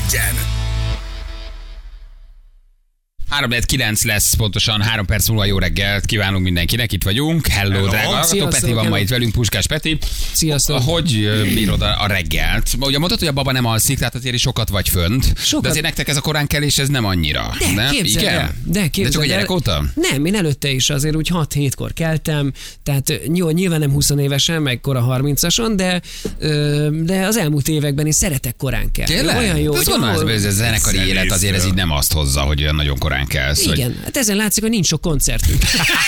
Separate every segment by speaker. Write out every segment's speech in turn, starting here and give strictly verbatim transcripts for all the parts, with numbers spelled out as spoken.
Speaker 1: egyen.
Speaker 2: három kilenc lesz pontosan, három perc múlva jó reggelt kívánunk mindenkinek, itt vagyunk. Hello, Hello. drága hallgató, Peti van ma itt velünk, Puskás Peti.
Speaker 3: Sziasztok.
Speaker 2: Hogy bírod a reggelt? Ugye mondtad, hogy a baba nem alszik, tehát azért is sokat vagy fönt, sokat. De azért nektek ez a koránkelés, ez nem annyira.
Speaker 3: De,
Speaker 2: nem?
Speaker 3: Képzeld
Speaker 2: Igen?
Speaker 3: el. De,
Speaker 2: De csak a gyerek
Speaker 3: el.
Speaker 2: óta?
Speaker 3: Nem, én előtte is azért úgy hat-hétkor keltem, tehát jó, nyilván nem húsz évesen, meg kora harmincason, de, de az elmúlt években én szeretek korán kelni.
Speaker 2: Tényleg?
Speaker 3: Olyan jó,
Speaker 2: hogy
Speaker 3: ahol...
Speaker 2: ahol... ez a zenekari élet azért ez így nem azt hozza, hogy olyan nagyon korán kelsz.
Speaker 3: Igen,
Speaker 2: hogy...
Speaker 3: hát ezen látszik, hogy nincs sok koncertünk.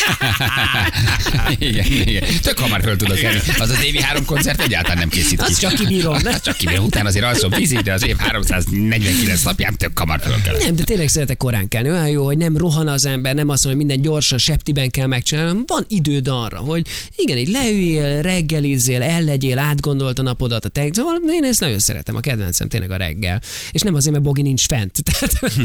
Speaker 2: igen, igen. Tök hamar föl tudok kelni. Az az évi három koncert egyáltalán nem készít ki.
Speaker 3: Az csak kibírom, ne?
Speaker 2: Csak kibírom. Utána azért alszom tízig, de az év háromszáznegyvenkilenc napján tök hamar föl kell.
Speaker 3: Nem, de tényleg szeretek korán kelni. Olyan jó, hogy nem rohan az ember, nem azt mondja, hogy minden gyorsan, septiben kell megcsinálni. Van időd arra, hogy igen, így leüljél, reggelizzél, ellegyél, átgondolt a napodat, a te... Szóval én ezt nagyon szeretem, a kedvencem tényleg a reggel. És nem azért, mert Bogi nincs fent. Tehát,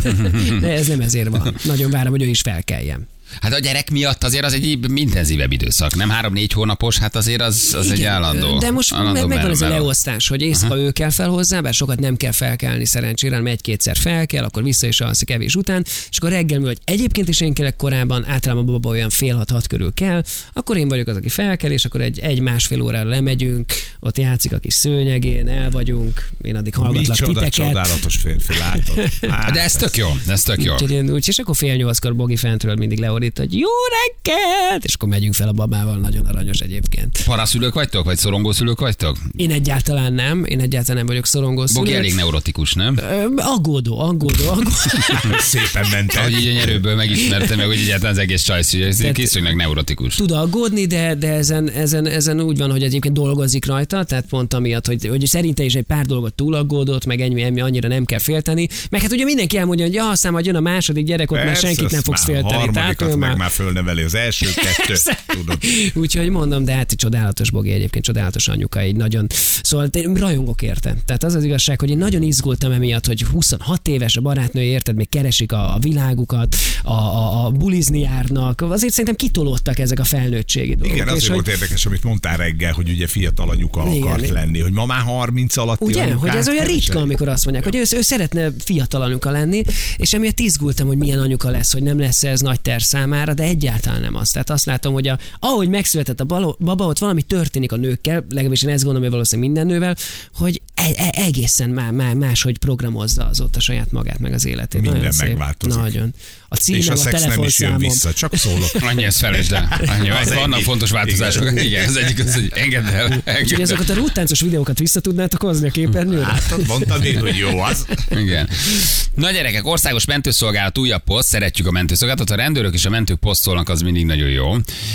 Speaker 3: de ez nem ezért van. Nagyon várom, hogy ő is felkeljen.
Speaker 2: Hát a gyerek miatt azért az egy intenzívebb időszak, nem három-négy hónapos, hát azért az, az egy állandó.
Speaker 3: De most
Speaker 2: állandó
Speaker 3: meg, megvan ez a
Speaker 2: merve.
Speaker 3: leosztás, hogy éjszaka ő kell fel hozzá, bár sokat nem kell felkelni szerencsére, hanem egy-kétszer fel kell, akkor vissza is alszik evés után, és akkor reggel, hogy egyébként is én kelek korábban, általában a baba olyan fél-hat-hat körül kell, akkor én vagyok az, aki felkel, és akkor egy, egy másfél órára lemegyünk, ott játszik a kis szőnyegén, el vagyunk, én addig hallgatlak titeket.
Speaker 4: Csodálatos férfi, látod. Hát,
Speaker 2: de ez tök jó, ez tök jó.
Speaker 3: Úgyhogy úgy, és akkor fél nyolckor Bogi fentről mindig leordít, hogy jó reggelt, és akkor megyünk fel a babával, nagyon aranyos egyébként.
Speaker 2: Paraszülők vagytok, vagy szorongószülők vagytok?
Speaker 3: Én egyáltalán nem, én egyáltalán nem vagyok szorongószülő.
Speaker 2: Bogi elég neurotikus, nem?
Speaker 3: Ö, aggódó, aggódó, aggódó.
Speaker 4: Szépen mentem.
Speaker 2: Ahogy így a nyerőből megismertem meg, hogy egyáltalán az egész csajsz, hogy készülnek neurotikus.
Speaker 3: Tud aggódni, de, de ezen, ezen, ezen úgy van, hogy egyébként dolgozik rajta, tehát pont amiatt, hogy, hogy szerinte is egy pár dolgot túl aggódott, meg ennyi, ennyi annyira nem kell félteni. Meg hát ugye mindenki elmondja, hogy ja, aztán majd jön a második gyerek, ott már senkit nem fogsz félteni.
Speaker 4: Tehát meg már... már fölneveli az első kettő, tudod.
Speaker 3: Úgyhogy mondom, de hát csodálatos Bogi egyébként, csodálatos anyuka, így nagyon, szóval én rajongok érte. Tehát az az igazság, hogy én nagyon izgultam emiatt, hogy huszonhat éves a barátnő, érted, még keresik a, a világukat, a, a, a bulizni járnak, azért szerintem kitolódtak ezek a felnőttségi dolgok.
Speaker 4: Igen, azért volt hogy... érdekes, amit mondtál reggel, hogy ugye fiatal anyuka igen, akart igen. lenni, hogy ma már harminc alatti
Speaker 3: ugye,
Speaker 4: anyukát
Speaker 3: hogy ez olyan
Speaker 4: keresek.
Speaker 3: ritka, amikor azt mondják, hogy ő, ő szeretne fiatal anyuka lenni, és emiatt izgultam, hogy milyen anyuka lesz, hogy nem lesz ez nagy terv számára, de egyáltalán nem az. Tehát azt látom, hogy a, ahogy megszületett a balo, baba, ott valami történik a nőkkel, legalábbis én ezt gondolom, hogy valószínűleg minden nővel, hogy e, e, egészen má, má, máshogy programozza az ott a saját magát, meg az életét.
Speaker 4: Minden
Speaker 3: nagyon
Speaker 4: megváltozik.
Speaker 3: Nagyon. A cím,
Speaker 4: és a, a szex nem is jön vissza, csak szólok.
Speaker 2: Annyi, ezt felejtsd el. Annyi, az vannak egyik. Fontos változások. Igen. Igen, az egyik az, hogy engedd el.
Speaker 3: Úgyhogy azokat a rúttáncos videókat vissza tudnátok hozni a képernyőre?
Speaker 4: Hát, mondtad én, hogy jó az.
Speaker 2: Igen. Na gyerekek, országos mentőszolgálat újabb poszt, szeretjük a mentőszolgálatot, a rendőrök és a mentők posztolnak, az mindig nagyon jó.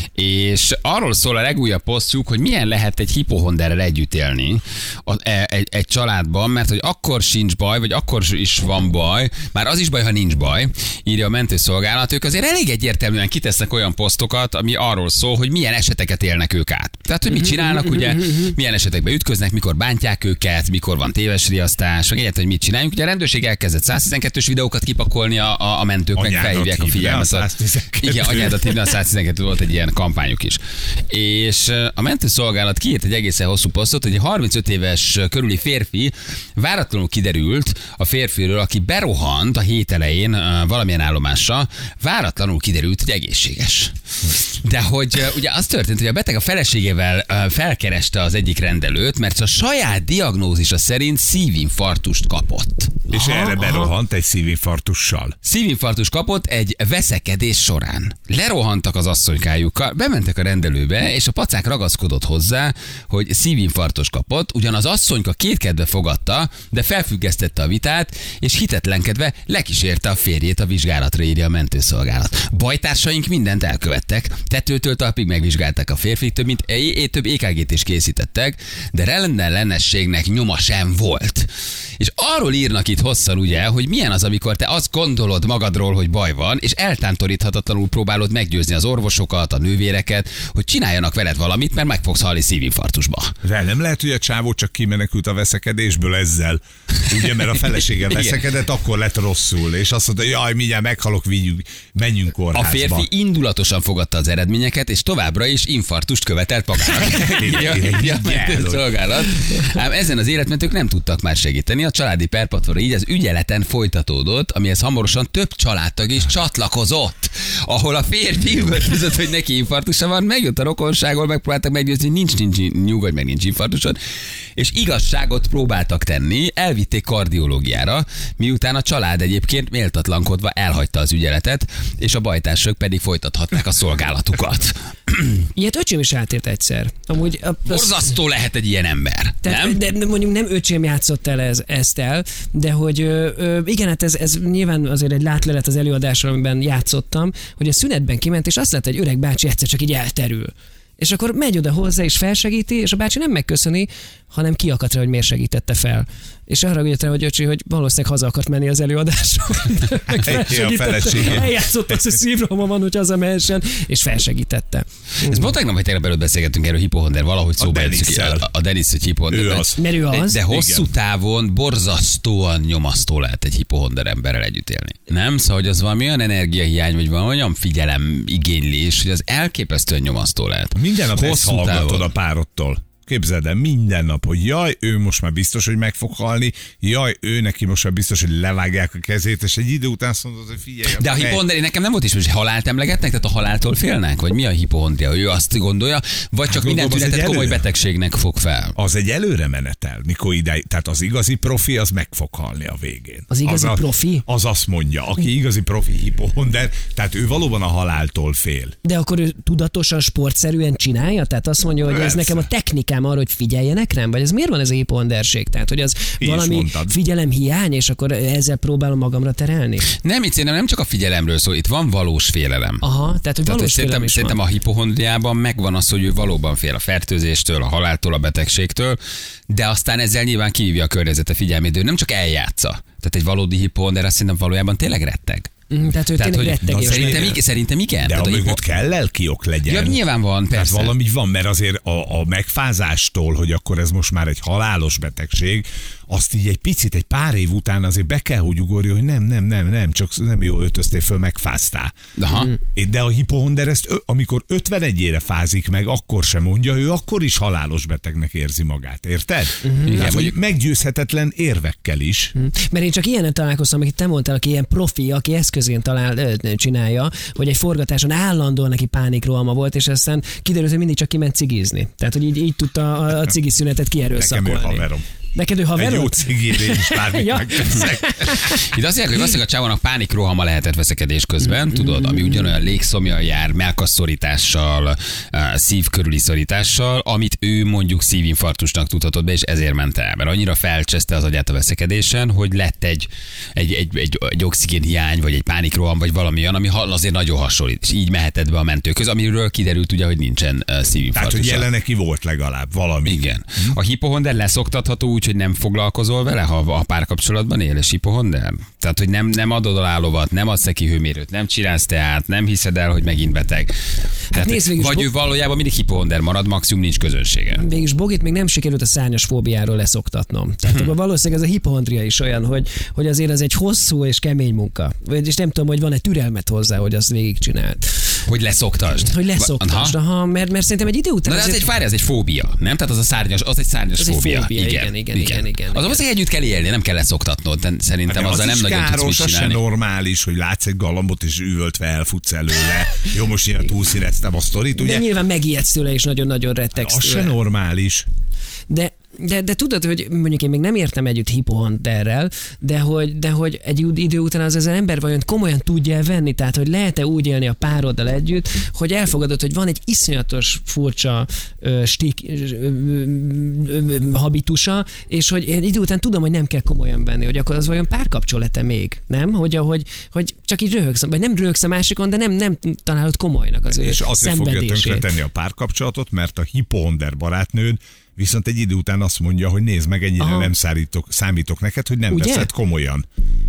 Speaker 2: És arról szól a legújabb posztjuk, hogy milyen lehet egy hipohonderrel együtt élni egy, egy családban, mert hogy akkor sincs baj, vagy akkor is van baj, már az is baj, ha nincs baj, írja a mentőszolgálat. Ők azért elég egyértelműen kitesznek olyan posztokat, ami arról szól, hogy milyen eseteket élnek ők át. Tehát, hogy mit csinálnak, ugye, milyen esetekbe ütköznek, mikor bántják őket, mikor van téves riasztás, meg egyáltalán, hogy mit csináljuk. Ugye a rendőrség elkezdett száztizenkettős videókat kipakolni a, a, a mentők, meg felhívják a figyelmet. A igen, anyádat hívni a száztizenkettő volt egy ilyen kampányuk is. És a mentőszolgálat kiírt egy egészen hosszú posztot, hogy egy harmincöt éves körüli férfi váratlanul kiderült a férfiről, aki berohant a hét elején valamilyen állomásra, váratlanul kiderült, hogy egészséges. De hogy ugye az történt, hogy a beteg a feleségével felkereste az egyik rendelőt, mert a saját diagnózisa szerint szívinfarktust kapott.
Speaker 4: És aha, erre berohant aha. egy szívinfarktussal.
Speaker 2: Szívinfarktus kapott egy veszekedés során. Lerohantak az asszonykájukkal, bementek a rendelőbe, és a pacák ragaszkodott hozzá, hogy szívinfarktus kapott, ugyan az asszonyka kétkedve fogadta, de felfüggesztette a vitát, és hitetlenkedve lekísérte a férjét a vizsgálatra, írja a mentőszolgálat. Bajtársaink mindent elkövettek, tetőtől talpig megvizsgálták a férfit, több mint több é ká gét is készítettek, de rendellenességnek nyoma sem volt. És arról írnak itt hosszan, ugye, hogy milyen az, amikor te azt gondolod magadról, hogy baj van, és eltántoríthatatlanul próbálod meggyőzni az orvosokat, a nővéreket, hogy csináljanak veled valamit, mert meg fogsz halni szívinfarktusba.
Speaker 4: De nem lehet, hogy a csávó csak kimenekült a veszekedésből ezzel. Ugye, mert a felesége veszekedett, akkor lett rosszul, és azt mondta, jaj, mindjárt meghalok, vigyünk, menjünk kórházba.
Speaker 2: A férfi indulatosan fogadta az eredményeket, és továbbra is infarktust követelt magának. Ám ezen az életmentők nem tudtak már segíteni, a családi perpatvorra így az ügyeleten folytatódott, amihez hamarosan több családtag is csatlakozott, ahol a férfi üvöltözött, hogy neki infarktusa van, megjött a rokonságból, megpróbáltak meggyőzni, hogy nincs, nincs, nyugodj meg, nincs infarktusod, és igazságot próbáltak tenni, elvitték kardiológiára, miután a család egyébként méltatlankodva elhagyta az ügyeletet, és a bajtársak pedig folytathatták a szolgálatukat.
Speaker 3: Ilyet öcsém is átélt egyszer. Amúgy, a,
Speaker 2: Borzasztó lehet egy ilyen ember,
Speaker 3: tehát,
Speaker 2: nem?
Speaker 3: De mondjuk nem öcsém játszott el ez, ezt el, de hogy ö, ö, igen, hát ez, ez nyilván azért egy látlelet az előadásról, amiben játszottam, hogy a szünetben kiment, és azt látta, hogy öreg bácsi egyszer csak így elterül. És akkor megy oda hozzá, és felsegíti, és a bácsi nem megköszöni, hanem kiakadt rá, hogy miért segítette fel. És arra jött rá, hogy öcsi, hogy valószínűleg haza akart menni az előadásról. Eljátszott az, hogy szívrohama van, hogy hazamehessen, és felsegítette.
Speaker 2: Ez pont tegnap, vagy tegnap előtt beszélgettünk erről, hipohonder, valahogy szóba jöttünk. A, a Denis, hogy hipohonder.
Speaker 3: Mert ő az.
Speaker 2: De, de hosszú
Speaker 4: Igen.
Speaker 2: távon borzasztóan nyomasztó lehet egy hipohonder emberrel együtt élni. Nem? Szóval, hogy az valami olyan energiahiány, vagy valami olyan figyelem igénylés, hogy az elképesztően nyomasztó lehet.
Speaker 4: Minden nap ezt
Speaker 2: Hosszú
Speaker 4: hallgatod
Speaker 2: távon.
Speaker 4: a párodtól. Képzeld el, minden nap, hogy jaj, ő most már biztos, hogy meg fog halni, jaj, ő neki most már biztos, hogy levágják a kezét, és egy idő után azt mondod, hogy figyelj.
Speaker 2: De a hipohonderi nekem nem volt is, hogy halált emlegetnek, tehát a haláltól félnek? Vagy mi a hipohondria? Ő azt gondolja, vagy csak minden
Speaker 4: gondolom, az
Speaker 2: tünetet
Speaker 4: egy
Speaker 2: komoly
Speaker 4: előre.
Speaker 2: betegségnek fog fel?
Speaker 4: Az egy előre menetel, mikor ide, tehát az igazi profi, az meg fog halni a végén.
Speaker 3: Az igazi
Speaker 4: a,
Speaker 3: profi?
Speaker 4: Az azt mondja, aki igazi profi hipohonder, tehát ő valóban a haláltól fél.
Speaker 3: De akkor ő tudatosan, sportszerűen csinálja? Tehát azt mondja, hogy ez
Speaker 4: Persze.
Speaker 3: nekem a technikám arra, hogy figyeljenek rám? Vagy ez miért van ez a hipohonderség? Tehát, hogy az
Speaker 4: Így is
Speaker 3: valami
Speaker 4: mondtad.
Speaker 3: figyelemhiány, és akkor ezzel próbálom magamra terelni?
Speaker 2: Nem, itt szerintem nem csak a figyelemről szól, itt van valós félelem.
Speaker 3: Aha, tehát, hogy
Speaker 2: Tehát, hogy
Speaker 3: valós félelem
Speaker 2: szerintem,
Speaker 3: is
Speaker 2: szerintem
Speaker 3: van.
Speaker 2: a hipohondriában megvan az, hogy ő valóban fél a fertőzéstől, a haláltól, a betegségtől, de aztán ezzel nyilván kihívja a környezete figyelmét, de ő nem csak eljátsza. Tehát egy valódi hipohonder azt szerintem valójában tényleg retteg.
Speaker 3: Mm, Tehát ő
Speaker 2: Tehát,
Speaker 3: tényleg
Speaker 2: hogy
Speaker 3: rettegés.
Speaker 2: szerintem,
Speaker 3: lehet.
Speaker 2: igen, szerintem igen.
Speaker 4: De
Speaker 2: Tehát
Speaker 4: a
Speaker 2: a
Speaker 4: mögött
Speaker 2: hipo-
Speaker 4: kell lelkiok legyen.
Speaker 2: Ja, nyilván van,
Speaker 4: Tehát
Speaker 2: persze.
Speaker 4: valami van, mert azért a, a megfázástól, hogy akkor ez most már egy halálos betegség, azt így egy picit, egy pár év után azért be kell, hogy ugorja, hogy nem, nem, nem, nem, csak nem jól öltöztél föl, megfáztál.
Speaker 2: Aha.
Speaker 4: De a hipohonder ezt, ö- amikor ötvenegyére fázik meg, akkor sem mondja, ő akkor is halálos betegnek érzi magát, érted?
Speaker 2: Igen,
Speaker 4: Tehát, hogy
Speaker 2: mondjuk-
Speaker 4: meggyőzhetetlen érvekkel is.
Speaker 3: Mert én csak ilyenen találkoztam, akit te mondtál, aki ilyen profi, aki eszközén talál, ö, csinálja, hogy egy forgatáson állandóan neki pánikrohama volt, és aztán kiderült, hogy mindig csak kiment cigizni. Tehát, hogy így, így tudta a, a cigiszünetet
Speaker 4: Nekem ő
Speaker 3: kierőszakolni.
Speaker 4: haverom.
Speaker 3: Neked ő
Speaker 4: Egy jó
Speaker 3: haverod?
Speaker 4: cigére is bármit
Speaker 3: Ja.
Speaker 4: megteszek.
Speaker 2: Itt azt mondják, hogy valószínűleg a csávónak pánikrohama lehetett veszekedés közben, tudod, ami ugyanolyan légszomjal jár, melkasszorítással, szív körüli szorítással, amit ő mondjuk szívinfarktusnak tudhatott be, és ezért ment el. Mert annyira felcseszte az agyát a veszekedésen, hogy lett egy, egy, egy, egy, egy oxigénhiány, vagy egy pánikroham, vagy valami olyan, ami azért nagyon hasonlít. És így mehetett be a mentőköz, amiről kiderült ugye, hogy nincsen uh,
Speaker 4: Tehát,
Speaker 2: szívinfarktusa.
Speaker 4: hogy jelen neki volt legalább valami.
Speaker 2: Igen. A hipohonder leszoktatható úgy, hogy nem foglalkozol vele, ha a párkapcsolatban él, és hipohonder? Tehát, hogy nem, nem adod alá lovat, nem adsz neki hőmérőt, nem csinálsz teát, nem hiszed el, hogy megint beteg. Tehát,
Speaker 3: nézd, végülis
Speaker 2: vagy
Speaker 3: bo-
Speaker 2: ő valójában mindig hipohonder marad, maximum nincs közönsége.
Speaker 3: Végülis Bogit még nem sikerült a szárnyas fóbiáról leszoktatnom. Tehát akkor valószínűleg ez a hipohondria is olyan, hogy, hogy azért ez egy hosszú és kemény munka. És nem tudom, hogy van-e türelmet hozzá, hogy azt végigcsináld.
Speaker 2: Hogy leszoktasd.
Speaker 3: Hogy leszoktasd,
Speaker 2: Aha.
Speaker 3: aha, mert, mert szerintem egy idő után...
Speaker 2: Na, de az
Speaker 3: azért-
Speaker 2: egy, várj, az egy fóbia, nem? Tehát az a szárnyas, az egy szárnyas
Speaker 3: Az egy
Speaker 2: fóbia.
Speaker 3: fóbia, igen, igen, igen, igen,
Speaker 2: Az valószínűleg együtt kell élni, nem kell leszoktatnod. De szerintem
Speaker 4: Hát
Speaker 2: azzal
Speaker 4: az
Speaker 2: nem
Speaker 4: is
Speaker 2: nagyon tudsz mit
Speaker 4: káros, az se
Speaker 2: csinálni.
Speaker 4: normális, hogy látsz egy galambot, és üvöltve elfutsz előle. Jó, most ilyen túlszíneztem a sztorit,
Speaker 3: De
Speaker 4: ugye?
Speaker 3: nyilván megijedsz tőle, és nagyon-nagyon rettegsz
Speaker 4: Az se
Speaker 3: tőle.
Speaker 4: normális.
Speaker 3: De, de, de tudod, hogy mondjuk én még nem értem együtt hipohonderrel, de hogy, de hogy egy idő után az az ember vajon komolyan tudja venni, tehát hogy lehet-e úgy élni a pároddal együtt, hogy elfogadod, hogy van egy iszonyatos furcsa ö, stik, ö, ö, ö, ö, habitusa, és hogy én idő után tudom, hogy nem kell komolyan venni, hogy akkor az vajon párkapcsolata még, nem? Hogy, hogy, hogy csak így röhögsz, vagy nem röhögsz a másikon, de nem, nem találod komolynak az ő
Speaker 4: És azért fogja
Speaker 3: szenvedését.
Speaker 4: tönkretenni a párkapcsolatot, mert a hipohonder barátnőd viszont egy idő után azt mondja, hogy nézd meg, ennyire
Speaker 3: Aha.
Speaker 4: nem szárítok, számítok neked, hogy nem
Speaker 3: Ugye?
Speaker 4: veszed komolyan.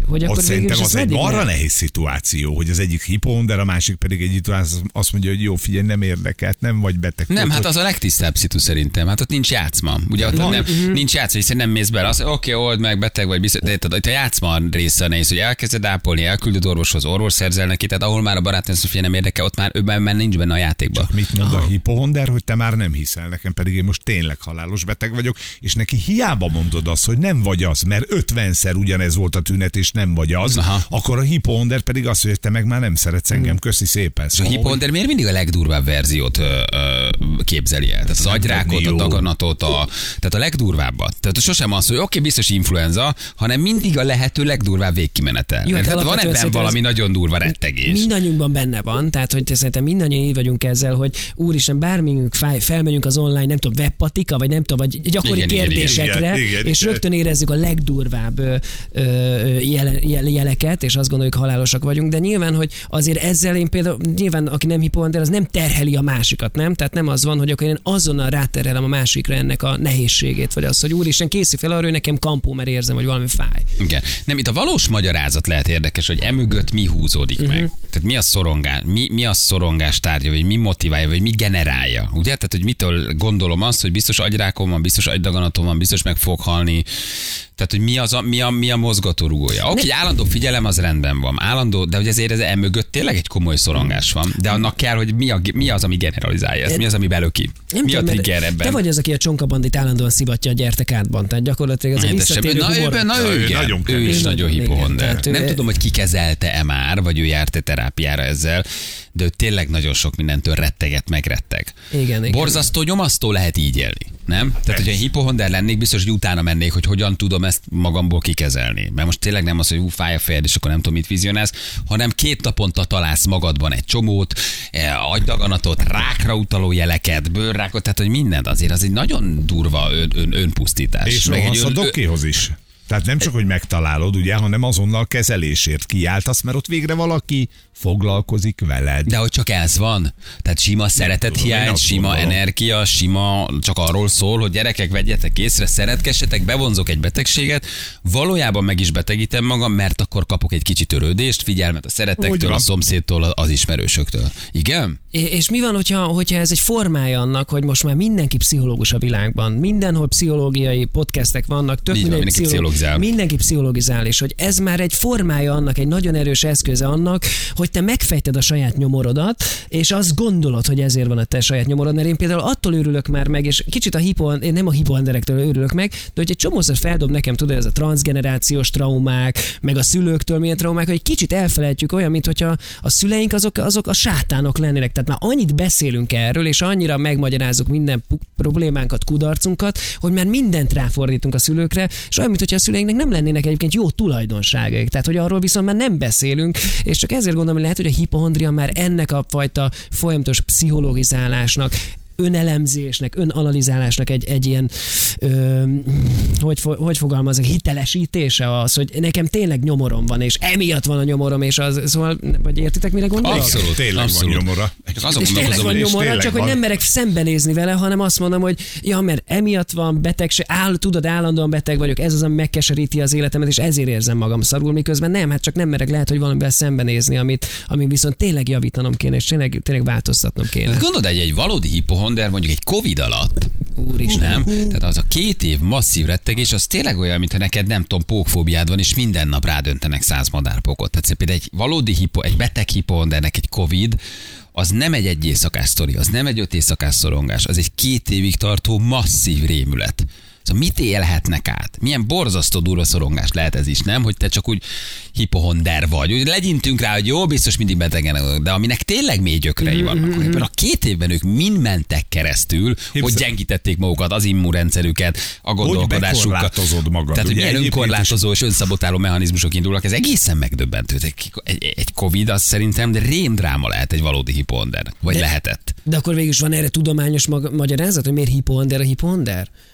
Speaker 3: hogy akkor
Speaker 4: Ott szerintem
Speaker 3: végül is
Speaker 4: az egy
Speaker 3: meddig
Speaker 4: marra
Speaker 3: megy?
Speaker 4: nehéz szituáció, hogy az egyik hipohonder, a másik pedig egy itt azt mondja, hogy jó, figyelj, nem érdekelt, nem vagy beteg.
Speaker 2: Nem,
Speaker 4: Ott,
Speaker 2: hát
Speaker 4: hogy-
Speaker 2: az a legtisztább szitu szerintem. Hát ott nincs játszma. Ugye ott nem, nincs játszma, hiszen nem mész bele. Azt mondja, oké, old meg, beteg vagy, biztos. De itt a- itt a játszma része nehéz, hogy elkezded ápolni, elküldöd orvoshoz, orvos szerzel neki, tehát ahol már a barátnő azt mondja, nem érdekel, ott már ő már nincs benne a játékba.
Speaker 4: Mit mond a hipohonder, hogy te már nem hiszel nekem, pedig én most tényleg halálos beteg vagyok, és neki hiába mondod azt, hogy nem vagy az, mert ötvenszer ugyanez volt a tünet, és nem vagy az,
Speaker 2: Aha.
Speaker 4: akkor a hipohonder pedig azt, hogy te meg már nem szeretsz engem, köszi szépen.
Speaker 2: És a
Speaker 4: Szóval,
Speaker 2: hipohonder miért mindig a legdurvább verziót ö, ö, képzeli el? Tehát az agyrákot, a
Speaker 4: jó.
Speaker 2: daganatot, a, tehát a legdurvábbat. Tehát sosem az, hogy oké, okay, biztos influenza, hanem mindig a lehető legdurvább végkimenetel.
Speaker 3: Jó, hát
Speaker 2: Tehát van
Speaker 3: alapvetően
Speaker 2: ebben
Speaker 3: szerintem
Speaker 2: valami
Speaker 3: ez
Speaker 2: nagyon durva rettegés.
Speaker 3: Mindannyiunkban benne van, tehát hogy szerintem mindannyian így vagyunk ezzel, hogy úristen, bármilyen fáj, felmegyünk az online, nem tudom, webpatika, vagy nem tudom, vagy gyakori
Speaker 2: Igen, igen, igen,
Speaker 3: kérdésekre,
Speaker 4: igen, igen,
Speaker 3: és
Speaker 4: igen.
Speaker 3: rögtön érezzük a legdurvább ö, ö, jele, jele, jeleket, és azt gondoljuk, halálosak vagyunk, de nyilván, hogy azért ezzel én például, nyilván aki nem hipohonder, az nem terheli a másikat, nem? Tehát nem az van, hogy akkor én azonnal ráterhelem a másikra ennek a nehézségét, vagy az, hogy úristen, készülj fel arra, hogy nekem kampó, mert érzem, hogy valami fáj.
Speaker 2: Igen. Nem, itt a valós magyarázat lehet érdekes, hogy emögött mi húzódik uh-huh. meg. Tehát mi a szorongás, mi, mi a szorongás tárgya, vagy mi motiválja, vagy mi generálja. Ugye? Tehát, hogy mitől gondolom azt, hogy biztos agyrákom van, biztos agydaganatom van, biztos meg fog halni. Tehát, hogy mi, az a, mi, a, mi a mozgatórugója. Oké, ne... állandó figyelem, az rendben van. Állandó, de hogy ezért ez emögött tényleg egy komoly szorongás van. De annak kell, hogy mi, a, mi az, ami generalizálja ezt, mi az, ami belöki.
Speaker 3: Nem
Speaker 2: mi
Speaker 3: tudom,
Speaker 2: a
Speaker 3: mert
Speaker 2: trigger ebben?
Speaker 3: Te vagy az, aki a csonkabandit állandóan szivatja a gyertek átban, tehát gyakorlatilag az a
Speaker 2: Édesem,
Speaker 3: visszatérő
Speaker 2: na,
Speaker 3: humor.
Speaker 2: ő, na, ő,
Speaker 4: Ő
Speaker 2: igen.
Speaker 4: nagyon
Speaker 2: ő
Speaker 4: kemény.
Speaker 2: is
Speaker 3: Ő
Speaker 2: nagyon
Speaker 3: nagyon- igen,
Speaker 2: hipohonder.
Speaker 3: tehát ő-
Speaker 2: Nem tudom, hogy kikezelte-e már, vagy ő járt-e terápiára ezzel, de ő tényleg nagyon sok mindentől retteget, megretteg.
Speaker 3: Igen, igen.
Speaker 2: Borzasztó, nyomasztó lehet így élni, nem? Tehát, hogyha hipohonder lennék, biztos, hogy utána mennék, hogy hogyan tudom ezt magamból kikezelni. Mert most tényleg nem az, hogy hú, fáj a fejed, és akkor nem tudom, mit vizionálsz, hanem két naponta találsz magadban egy csomót, eh, agydaganatot, rákra utaló jeleket, bőrrákot, tehát, hogy mindent. Azért az egy nagyon durva ön, ön, önpusztítás.
Speaker 4: És
Speaker 2: Meg egy
Speaker 4: rohansz a
Speaker 2: ön-
Speaker 4: dokihoz is. Tehát nem csak, hogy megtalálod, ugye, hanem azonnal kezelésért kiáltasz, mert ott végre valaki foglalkozik veled.
Speaker 2: De hogy csak ez van. Tehát sima szeretethiány,
Speaker 4: azt
Speaker 2: sima
Speaker 4: gondolom.
Speaker 2: energia, sima csak arról szól, hogy gyerekek, vegyetek észre, szeretgessetek, bevonzok egy betegséget, valójában meg is betegítem magam, mert akkor kapok egy kicsit törődést, figyelmet a
Speaker 4: Úgy
Speaker 2: szerettektől,
Speaker 4: van.
Speaker 2: a szomszédtól, az ismerősöktől. Igen?
Speaker 3: É- És mi van, hogyha, hogyha ez egy formája annak, hogy most már mindenki pszichológus a világban, mindenhol pszichológiai podcastek vannak, tök
Speaker 2: Így van,
Speaker 3: mindenki,
Speaker 2: mindenki pszichologizál.
Speaker 3: mindenki pszichologizál, és hogy ez már egy formája annak, egy nagyon erős eszköze annak, hogy te megfejted a saját nyomorodat, és azt gondolod, hogy ezért van a te saját nyomorod, mert én például attól örülök már meg, és kicsit a hipo, én nem a hipohonderektől örülök meg, de hogy egy csomószor feldob nekem, tudod, ez a transgenerációs traumák, meg a szülőktől milyen traumák, hogy egy kicsit elfelejtjük, olyan, mint hogyha a szüleink azok, azok a sátánok lennének. Tehát már annyit beszélünk erről, és annyira megmagyarázzuk minden pu- problémánkat, kudarcunkat, hogy már mindent ráfordítunk a szülőkre, és olyan, mint hogyha a szüleinknek nem lennének egyébként jó tulajdonságaik. Tehát, hogy arról viszont már nem beszélünk, és csak ezért gondolom, hogy lehet, hogy a hipohondria már ennek a fajta folyamatos pszichologizálásnak, önelemzésnek, önanalizálásnak egy, egy ilyen, ö, hogy, fo- hogy fogalmazok, hitelesítése az, hogy nekem tényleg nyomorom van, és emiatt van a nyomorom, és az, szóval, vagy értitek, mire gondolok?
Speaker 2: Abszolút,
Speaker 4: Tényleg
Speaker 2: abszolút.
Speaker 4: van nyomora.
Speaker 2: Csak azon
Speaker 3: És tényleg
Speaker 2: gondolkozom,
Speaker 3: van
Speaker 2: hogy
Speaker 4: és
Speaker 3: nyomora,
Speaker 4: tényleg
Speaker 3: csak hogy
Speaker 4: van.
Speaker 3: nem merek szembenézni vele, hanem azt mondom, hogy ja, mert emiatt van betegség, áll, tudod, állandóan beteg vagyok, ez az, ami megkeseríti az életemet, és ezért érzem magam szarul, miközben nem, hát csak nem merek, lehet, hogy valamivel szembenézni, amit, ami viszont tényleg javítanom kéne, és tényleg, tényleg változtatnom kéne.
Speaker 2: Gondold, egy, egy valódi hipohonder mondjuk egy Covid alatt,
Speaker 3: Úristen.
Speaker 2: nem? Tehát az a két év masszív rettegés, az tényleg olyan, mintha neked nem tudom, pókfóbiád van, és minden nap rádöntenek száz madárpókot. Tehát például egy valódi hipo, egy beteg hipohondernek egy Covid, az nem egy egy éjszakás sztori, az nem egy öt éjszakás szorongás, az egy két évig tartó masszív rémület. Szóval mit élhetnek át? Milyen borzasztó durva szorongás lehet ez is, nem? Hogy te csak úgy hipohonder vagy. Úgy legyintünk rá, hogy jó, biztos mindig betegen, de aminek tényleg mély gyökerei vannak. Hogy a két évben ők mind mentek keresztül, hogy gyengítették magukat, az immunrendszerüket, a
Speaker 4: Hogy
Speaker 2: gondolkodásukat.
Speaker 4: bekorlátozod magad.
Speaker 2: Tehát, hogy
Speaker 4: Ugye
Speaker 2: milyen
Speaker 4: egyébként
Speaker 2: önkorlátozó és önszabotáló mechanizmusok indulnak, ez egészen megdöbbentő. Egy, egy, egy Covid, az szerintem de rémdráma lehet egy valódi hipohonder. Vagy
Speaker 3: De-
Speaker 2: lehetett.
Speaker 3: De akkor végül is van erre tudományos mag- magyarázat, hogy miért hipohonder a hipohonder?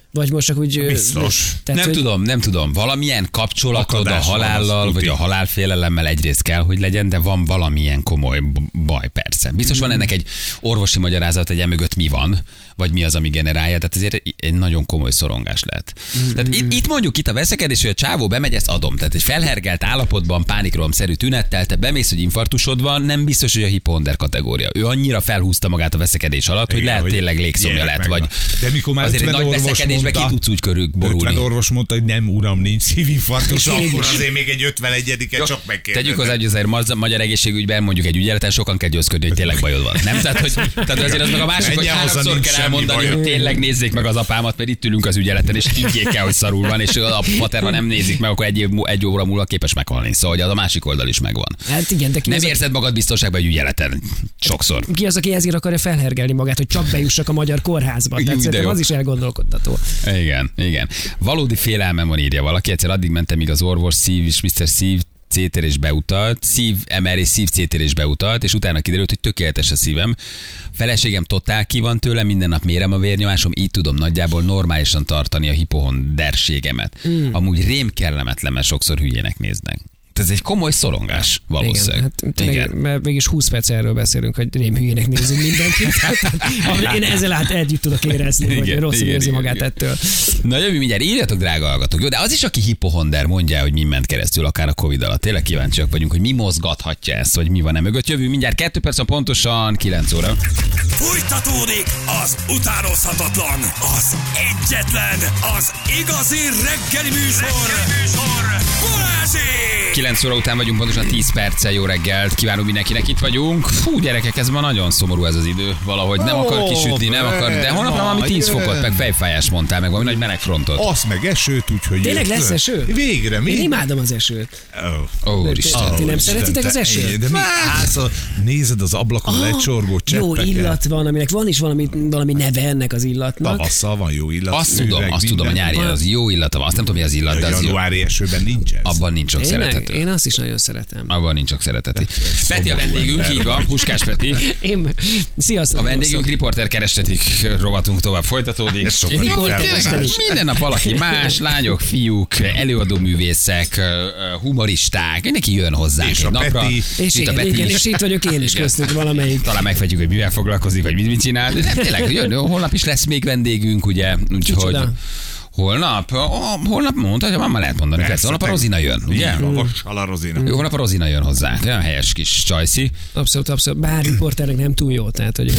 Speaker 3: Vagy most csak úgy...
Speaker 4: Biztos.
Speaker 2: Nem
Speaker 3: hogy...
Speaker 2: tudom, nem tudom. Valamilyen kapcsolatod a
Speaker 4: Akadás van,
Speaker 2: halállal,
Speaker 4: az
Speaker 2: vagy
Speaker 4: tuti.
Speaker 2: a halálfélelemmel egyrészt kell, hogy legyen, de van valamilyen komoly baj, persze. Biztos van ennek egy orvosi magyarázat, hogy emögött mi van, vagy mi az, ami generálja. Tehát ezért egy nagyon komoly szorongás lehet. Tehát itt, itt mondjuk itt a veszekedés, hogy a csávó bemegy, ezt adom. Tehát egy felhergelt állapotban, pánikromszerű tünettel, te bemész, hogy infarktusod van, nem biztos, hogy a hipohonder kategória. Ő annyira felhúzta magát a veszekedés alatt, hogy
Speaker 4: Igen,
Speaker 2: lehet
Speaker 4: hogy
Speaker 2: tényleg légszomja
Speaker 4: gyerek
Speaker 2: lett, vagy
Speaker 4: megvan. De mikor már
Speaker 2: azért egy
Speaker 4: ötven
Speaker 2: nagy
Speaker 4: orvos
Speaker 2: veszekedésbe ki
Speaker 4: mondta-
Speaker 2: tudsz úgy körül borulni.
Speaker 4: ötven orvos mondta, hogy nem uram, nincs szívinfarktus,
Speaker 3: És
Speaker 4: akkor
Speaker 3: mégis.
Speaker 4: azért még egy ötvenegyediket csak megkérdezem.
Speaker 2: Tegyük hozzá, hogy azért ma- magyar egészségügyben mondjuk egy ügyeleten sokan kell győzködni, hogy tényleg bajod van. Nem? Tehát, hogy, tehát azért az meg a másik, hogy
Speaker 4: Menjen haza,
Speaker 2: háromszor
Speaker 4: nincs
Speaker 2: kell
Speaker 4: semmi
Speaker 2: elmondani,
Speaker 4: baj.
Speaker 2: hogy tényleg nézzék meg az apámat, mert itt ülünk az ügyeleten, és higgyék el, hogy szarul van, és a paterva nem nézik meg, akkor egy, év, mú- egy óra múlva képes meghalni. Szóval hogy az a másik oldal is megvan.
Speaker 3: Hát igen, de ki
Speaker 2: Nem
Speaker 3: az,
Speaker 2: érzed magad biztonságban egy ügyeleten. Sokszor.
Speaker 3: ki az, aki ezért akarja felhergelni magát, hogy csak bejussak a magyar kórházba.
Speaker 2: Jó,
Speaker 3: Tehát
Speaker 2: de
Speaker 3: szerintem
Speaker 2: jó.
Speaker 3: az is elgondolkodtató.
Speaker 2: Igen, igen. Valódi félelmem van, írja valaki. Egyszer addig mentem, míg az orvos szív és miszter Szív cétérés beutalt, szív em er és szív cétérés beutalt, és utána kiderült, hogy tökéletes a szívem. Feleségem totál ki van tőle, minden nap mérem a vérnyomásom, így tudom nagyjából normálisan tartani a hipohonderségemet. Mm. Amúgy rém kellemetlen, mert sokszor hülyének néznek. Ez egy komoly szorongás, valószínűleg.
Speaker 3: Igen, hát tényleg, mert mégis húsz perc erről beszélünk, hogy rém hülyének nézünk mindenkit. Tehát, én ezzel át együtt tudok érezni, hogy
Speaker 2: Igen,
Speaker 3: rosszul
Speaker 2: igen,
Speaker 3: érzi
Speaker 2: igen,
Speaker 3: magát
Speaker 2: igen.
Speaker 3: ettől.
Speaker 2: Na jövő mindjárt, írjatok, drága hallgatók. Jó, de az is, aki hipohonder, mondja, hogy mi ment keresztül, akár a Covid alatt. Tényleg kíváncsiak vagyunk, hogy mi mozgathatja ezt, vagy mi van e mögött. Jövő mindjárt kettő perc, pontosan kilenc óra.
Speaker 1: Fújtatódik az utánozhatatlan, az egyetlen, az igazi reggeli műsor, reggeli műsor. Balázsék!
Speaker 2: kilenc óra után vagyunk, pontosan tíz perccel. Jó reggelt kívánunk mindenkinek, itt vagyunk. Fú, gyerekek, ez ma nagyon szomorú ez az idő. Valahogy nem akar kisütni, nem akar, de holnapra valami tíz fokot, meg fejfájás mondtál, meg valami nagy melegfrontot.
Speaker 4: Az meg esőt, úgyhogy...
Speaker 3: Tényleg
Speaker 4: jött.
Speaker 3: lesz eső?
Speaker 4: Végre, mi?
Speaker 3: Én imádom az esőt.
Speaker 4: Oh.
Speaker 2: Ó,
Speaker 3: Ti
Speaker 2: Isten.
Speaker 3: nem
Speaker 4: Isten,
Speaker 3: szeretitek az
Speaker 4: te-
Speaker 3: esőt?
Speaker 4: De mi állsz, a- nézed az ablakon
Speaker 3: Ah,
Speaker 4: lecsorgó
Speaker 3: jó
Speaker 4: cseppeket.
Speaker 3: illat van, aminek van is valami, valami neve ennek az illatnak.
Speaker 4: Tavasszal van jó illat.
Speaker 2: Azt tudom,
Speaker 4: üreg,
Speaker 2: azt tudom, a
Speaker 4: minden.
Speaker 2: nyári az jó illata van. Azt nem tudom, mi az illat, de
Speaker 4: A
Speaker 2: az jó.
Speaker 4: januári esőben nincs ez.
Speaker 2: Abban nincs sok
Speaker 3: Tényleg?
Speaker 2: szeretet.
Speaker 3: Én azt is nagyon szeretem.
Speaker 2: Abban nincs sok szeretet. Peti a vendégünk, így van, Puskás Peti.
Speaker 3: Én... Sziasztok!
Speaker 2: A vendégünk riporter kerestetik rovatunk tovább folytatódik.
Speaker 4: Ez sokat
Speaker 3: Riporter
Speaker 4: felolvasás.
Speaker 3: kerestetik.
Speaker 2: Minden nap valaki más, lányok, fiúk, előadó művészek, humoristák, mindenki jön hozzánk
Speaker 4: És
Speaker 2: egy
Speaker 4: a
Speaker 2: napra.
Speaker 4: Peti.
Speaker 3: És,
Speaker 2: Itt a
Speaker 3: én,
Speaker 2: Peti
Speaker 3: igen,
Speaker 2: is.
Speaker 3: és itt vagyok én is
Speaker 2: Igen.
Speaker 3: köztük valamelyik.
Speaker 2: Talán megfejtjük, hogy mivel foglalkozik, vagy mit, mit csinál. De nem, tényleg, jön, holnap is lesz még vendégünk, ugye? Úgyhogy
Speaker 3: Kicsoda?
Speaker 2: holnap, oh, holnap mondta, hogy már lehet mondani. Persze, holnap a
Speaker 4: te-
Speaker 2: Rozina jön, ugye?
Speaker 4: Így van, vassal a Rozina.
Speaker 2: Jó, holnap a Rozina jön hozzánk. Olyan helyes kis csajszi.
Speaker 3: Abszolút, abszolút. Bár riporternek nem túl jó, tehát hogy...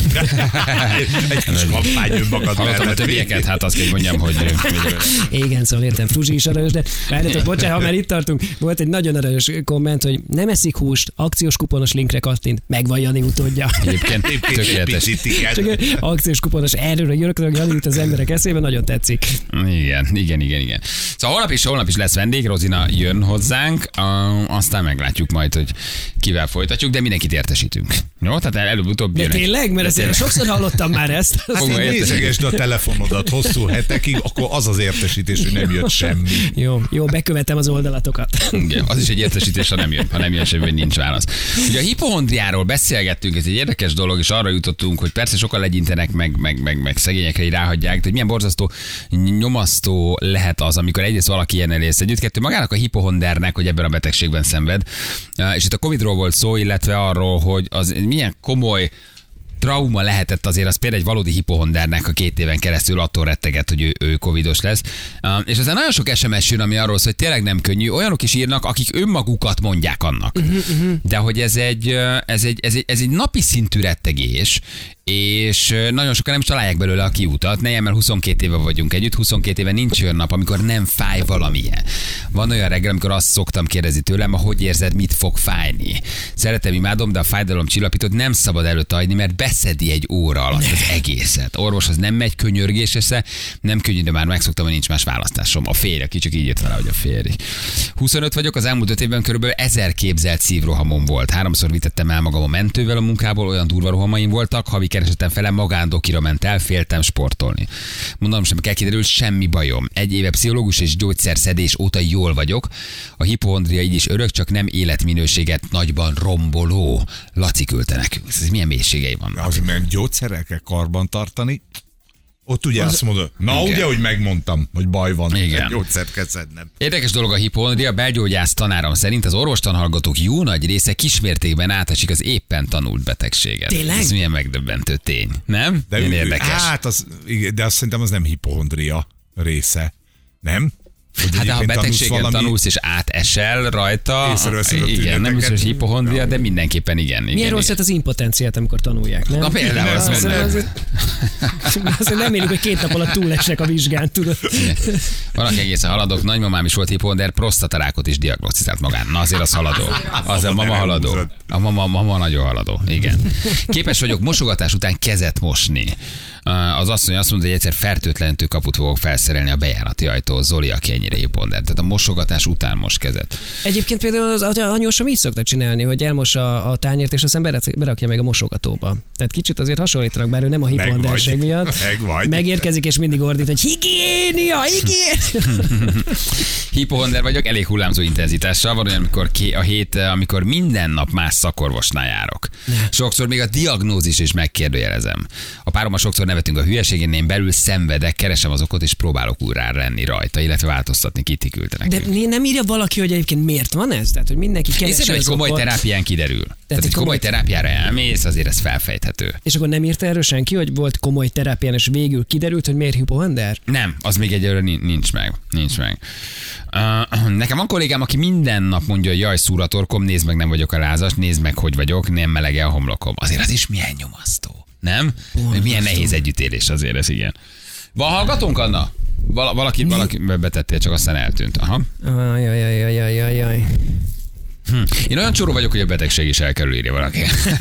Speaker 4: Egy kis kampány önmagad
Speaker 2: Hallottam a
Speaker 4: mellett.
Speaker 2: többieket, hát azt kell, hogy mondjam, hogy...
Speaker 3: Igen, szóval értem, Fruzsi is aranyos, de várjátok, bocsánat, ha már itt tartunk, volt egy nagyon aranyos komment, hogy nem eszik húst, akciós kuponos linkre kattint, megvan Jani utódja.
Speaker 2: Egyébként
Speaker 4: Egyébként
Speaker 2: tökéletes.
Speaker 4: picit igen.
Speaker 3: Csak egy akciós kuponos erről, hogy örökölök Jani jut az emberek eszébe, nagyon tetszik.
Speaker 2: Igen, igen, igen, igen. Szóval holnap is, holnap is lesz vendég, Rozina jön hozzánk, uh, aztán meglátjuk majd, hogy kivel folytatjuk, de mindenkit értesítünk. Jó? Tehát előbb-utóbb
Speaker 3: De
Speaker 2: jön egy-
Speaker 3: tényleg? Mert
Speaker 2: De
Speaker 3: ezt sokszor hallottam már ezt.
Speaker 2: Fogom
Speaker 4: Így
Speaker 2: értesíteni.
Speaker 4: nézegesd a telefonodat hosszú hetekig, akkor az az értesítés, hogy nem jött semmi.
Speaker 3: Jó, jó, bekövetem az oldalatokat.
Speaker 2: Igen, az is egy értesítés, ha nem jön, ha nem jön semmi, hogy nincs válasz. Ugye a hipohondriáról beszélgettünk, ez egy érdekes dolog, és arra jutottunk, hogy persze sokan legyintenek, meg, meg, meg, meg szegényekre így ráhagyják, de hogy milyen borzasztó, nyomasztó lehet az, amikor egyrészt valaki ilyen elész együtt, kettő magának a hipohondernek, hogy ebben a betegségben szenved. És itt a Covidról volt szó, illetve arról, hogy az milyen komoly trauma lehetett azért, az például egy valódi hipohondernek a két éven keresztül attól retteget, hogy ő, ő covidos lesz. Uh, és aztán nagyon sok es em es jön, ami arról szól, hogy tényleg nem könnyű. Olyanok is írnak, akik önmagukat mondják annak. Uh-huh, uh-huh. De hogy ez egy, ez, egy, ez, egy, ez egy napi szintű rettegés, és nagyon sokan nem is találják belőle a kiutat. Ne, mert huszonkét éve vagyunk együtt, huszonkét éve nincs olyan nap, amikor nem fáj valamilyen. Van olyan reggel, amikor azt szoktam kérdezni tőlem, hogy érzed, mit fog fájni. Szeretem, imádom, de a fájdalom csillapítót nem szabad előtt adni, mert beszedi egy óra alatt az egészet. Orvoshoz nem megy, könyörgés esze, nem könnyű, de már megszoktam, hogy nincs más választásom. A férj, aki csak így jött vele, hogy a férj. huszonöt vagyok, az elmúlt öt évben körülbelül ezer képzelt szívrohamom volt. Háromszor vitettem el magam a mentővel a munkából, olyan durva rohamaim voltak, havi keresetem fele, magándokira ment el, féltem sportolni. Mondom, sem kell kiderül, semmi bajom. Egy éve pszichológus és gyógyszerszedés óta jól vagyok. A hipohondria így is örök, csak nem életminőséget nagyban romboló. Laci küldte nekünk. Ez milyen mélységei vannak.
Speaker 4: Az, mert gyógyszerrel kell karban tartani, Ott ugye az... azt mondod, na igen. Ugye, hogy megmondtam, hogy baj van,
Speaker 2: igen.
Speaker 4: Gyógyszert kell szednem.
Speaker 2: Érdekes dolog a hipohondria, belgyógyász tanárom szerint az orvostanhallgatók jó nagy része kismértékben átesik az éppen tanult betegséget.
Speaker 3: Tényleg?
Speaker 2: Ez milyen megdöbbentő tény, nem?
Speaker 4: De
Speaker 2: milyen
Speaker 4: ő,
Speaker 2: érdekes.
Speaker 4: Hát, az, de azt szerintem az nem hipohondria része, nem?
Speaker 2: Hogy hát ha a betegségen tanulsz, tanulsz és átesel rajta, igen, nem biztos, hogy hipohondria, de mindenképpen igen. igen
Speaker 3: Milyen rossz az impotenciát, amikor tanulják, nem?
Speaker 2: Na például azt
Speaker 3: mondom. Azért nem élik, hogy két nap alatt túlesnek a vizsgán, tudod.
Speaker 2: Valaki egészen haladok, nagymamám is volt hipohonder, prostatarákot is diagnosztizált magán. Na azért az haladó. Az a mama haladó. A mama, mama nagyon haladó, igen. Képes vagyok mosogatás után kezet mosni. Az asszony azt mondta, hogy egyszer fertőtlenítő kaput fogok felszerelni a bejárati ajtó. Zoli, aki ennyire hiponder. Tehát a mosogatás után mos kezet.
Speaker 3: Egyébként például az anyósom így szokta csinálni, hogy elmos a, a tányért, és aztán berakja meg a mosogatóba. Tehát kicsit azért hasonlítanak, bár ő nem a hiponderség miatt.
Speaker 4: Meg
Speaker 3: Megérkezik, és mindig ordít, hogy higiénia, higiénia.
Speaker 2: Hipohonder vagyok, elég hullámzó intenzitással. Van olyan, amikor ki, a hét, amikor minden nap más szakorvosnál járok. Sokszor még a diagnózis is megkérdőjelezem. A párommal sokszor nevetünk a hülyeségén, én belül szenvedek, keresem az okot, és próbálok újra lenni rajta, illetve változtatni, kit küldte nekünk.
Speaker 3: De nem írja valaki, hogy egyébként miért van ez? Tehát, hogy mindenki keresi az okot.
Speaker 2: Egy komoly terápián kiderül. Tehát, Tehát egy komoly, komoly terápiára elmész, azért ez felfejthető. És
Speaker 3: akkor nem írta erről senki, hogy volt komoly terápián, és végül kiderült, hogy miért hipohonder?
Speaker 2: Nem, az még egyelőre nincs meg. Nincs meg. Uh, nekem van kollégám, aki minden nap mondja, hogy jaj, szúratorkom, nézd meg, nem vagyok a lázas, nézd meg, hogy vagyok, nem melege a homlokom. Azért az is milyen nyomasztó, nem? Oh, milyen nehéz együttélés azért ez, igen. Van hallgatónk, Anna? Val- valaki, valaki betettél, csak aztán eltűnt. Aha.
Speaker 3: Ajajajajajajaj.
Speaker 2: Hm. Én olyan csoró vagyok, hogy a betegség is elkerül, írja valaki.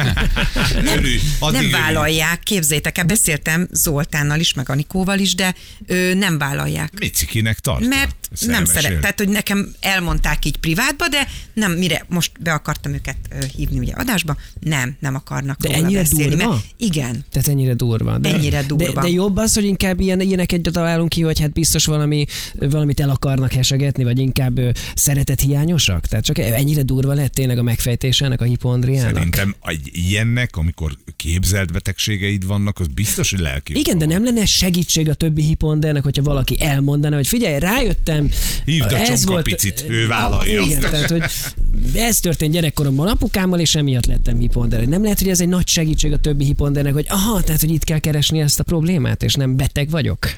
Speaker 5: nem, nem vállalják, képzétek el, beszéltem Zoltánnal is, meg Anikóval is, de ö, nem vállalják.
Speaker 4: Mit cikinek tartja?
Speaker 5: Mert nem szeret, tehát hogy nekem elmondták így privátba, de nem, mire most be akartam őket ö, hívni ugye adásba, nem, nem akarnak
Speaker 3: de
Speaker 5: róla
Speaker 3: ennyire
Speaker 5: beszélni.
Speaker 3: Durva?
Speaker 5: Mert, igen.
Speaker 3: Tehát ennyire durva. De,
Speaker 5: ennyire durva.
Speaker 3: De, de jobb az, hogy inkább ilyen, ilyeneket találunk ki, hogy hát biztos valami, valamit el akarnak hesegetni, vagy inkább ö, szeretet hiányosak? Tehát csak ennyire durva lett tényleg a megfejtése ennek a hipohondriának?
Speaker 4: Szerintem egy ilyennek, amikor képzelt betegségeid vannak, az biztos, hogy lelki.
Speaker 3: Igen, de nem lenne segítség a többi hipondernek, hogyha valaki elmondaná, hogy figyelj, rájöttem,
Speaker 4: hívd a
Speaker 3: ez volt,
Speaker 4: picit, ő vállalja.
Speaker 3: Igen, tehát, hogy ez történt gyerekkoromban apukámmal, és emiatt lettem hiponder. Nem lehet, hogy ez egy nagy segítség a többi hipondernek, hogy aha, tehát, hogy itt kell keresni ezt a problémát, és nem beteg vagyok.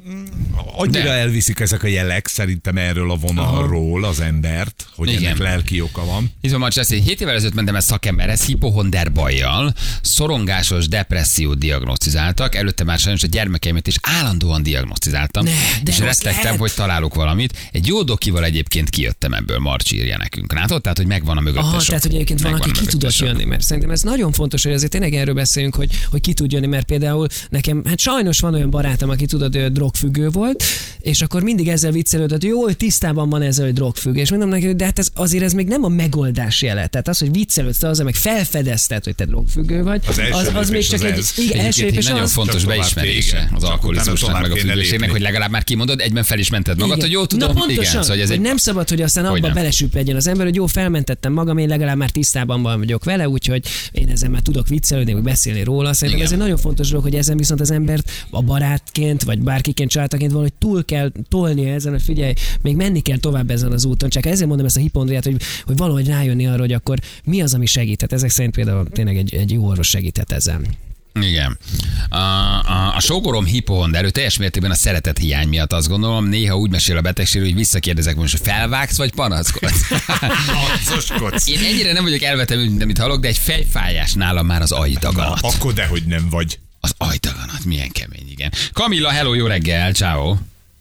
Speaker 4: Annyira de. Elviszik ezek a jelek szerintem erről a vonalról az embert, hogy igen. Ennek lelki oka van.
Speaker 2: Izom, Marcs, hét évvel ezelőtt mentem egy szakemberhez, hipohonder bajjal, szorongásos depressziót diagnosztizáltak, előtte már sajnos a gyermekeimet is állandóan diagnosztizáltam, ne, és rettegtem, hogy találok valamit. Egy jó dokival egyébként kijöttem ebből, Marcs írja nekünk. Látod? Tehát, hogy megvan a mögöttes sok.
Speaker 3: Tehát, hogy egyébként van, aki ki tudott jönni, mert szerintem ez nagyon fontos, hogy azért tényleg erről beszéljünk, hogy, hogy ki tud jönni, mert például nekem, hát sajnos van olyan barátom, aki tudod, drogfüggő volt, és akkor mindig ezzel viccelődött, hogy jó, hogy tisztában van ezzel, hogy drogfüggő. És mondom neki, hogy de hát ez, azért ez még nem a megoldás jele. Tehát az, hogy viccelődsz, az, meg felfedezted, hogy te drogfüggő vagy, az, az, az még csak egy, igen, első lépés.
Speaker 2: Nagyon
Speaker 3: az,
Speaker 2: fontos beismerése az alkoholizmusnak, meg a függőségnek, hogy legalább már kimondod, egyben fel is mented magad, igen. Hogy jó tudom,
Speaker 3: na,
Speaker 2: igen, szóval ez egy...
Speaker 3: nem szabad, hogy aztán abba belesüppedjen az ember, hogy jó, felmentettem magam, én legalább már tisztában vagyok vele, úgyhogy én ezzel már tudok viccelődni, vagy beszélni róla. Szerintem ez egy nagyon fontos dolog, hogy ezen viszont az embert a barátként, vagy bárkiként, családtaként valahogy túl kell tolnia ezen, hogy figyelj, még menni kell tovább ezen az úton. Csak ezért mondom ezt a hipondriát, hogy, hogy valahogy rájönni arra, hogy akkor mi az, ami segíthet. Ezek szerint például tényleg egy, egy jó orvos segíthet ezen.
Speaker 2: Igen. A, a, a sógorom hipohonder, ő teljes mértékben a szeretet hiány miatt, azt gondolom, néha úgy mesél a betegségről, hogy visszakérdezek most, hogy felvágsz vagy panaszkodsz? Én ennyire nem vagyok elvetemű, amit hallok, de egy fejfájás nálam már az agydaganat.
Speaker 4: Na, akkor dehogy nem vagy.
Speaker 2: Az agydaganat, milyen kemény, igen. Kamilla, hello, jó reggel, ciao.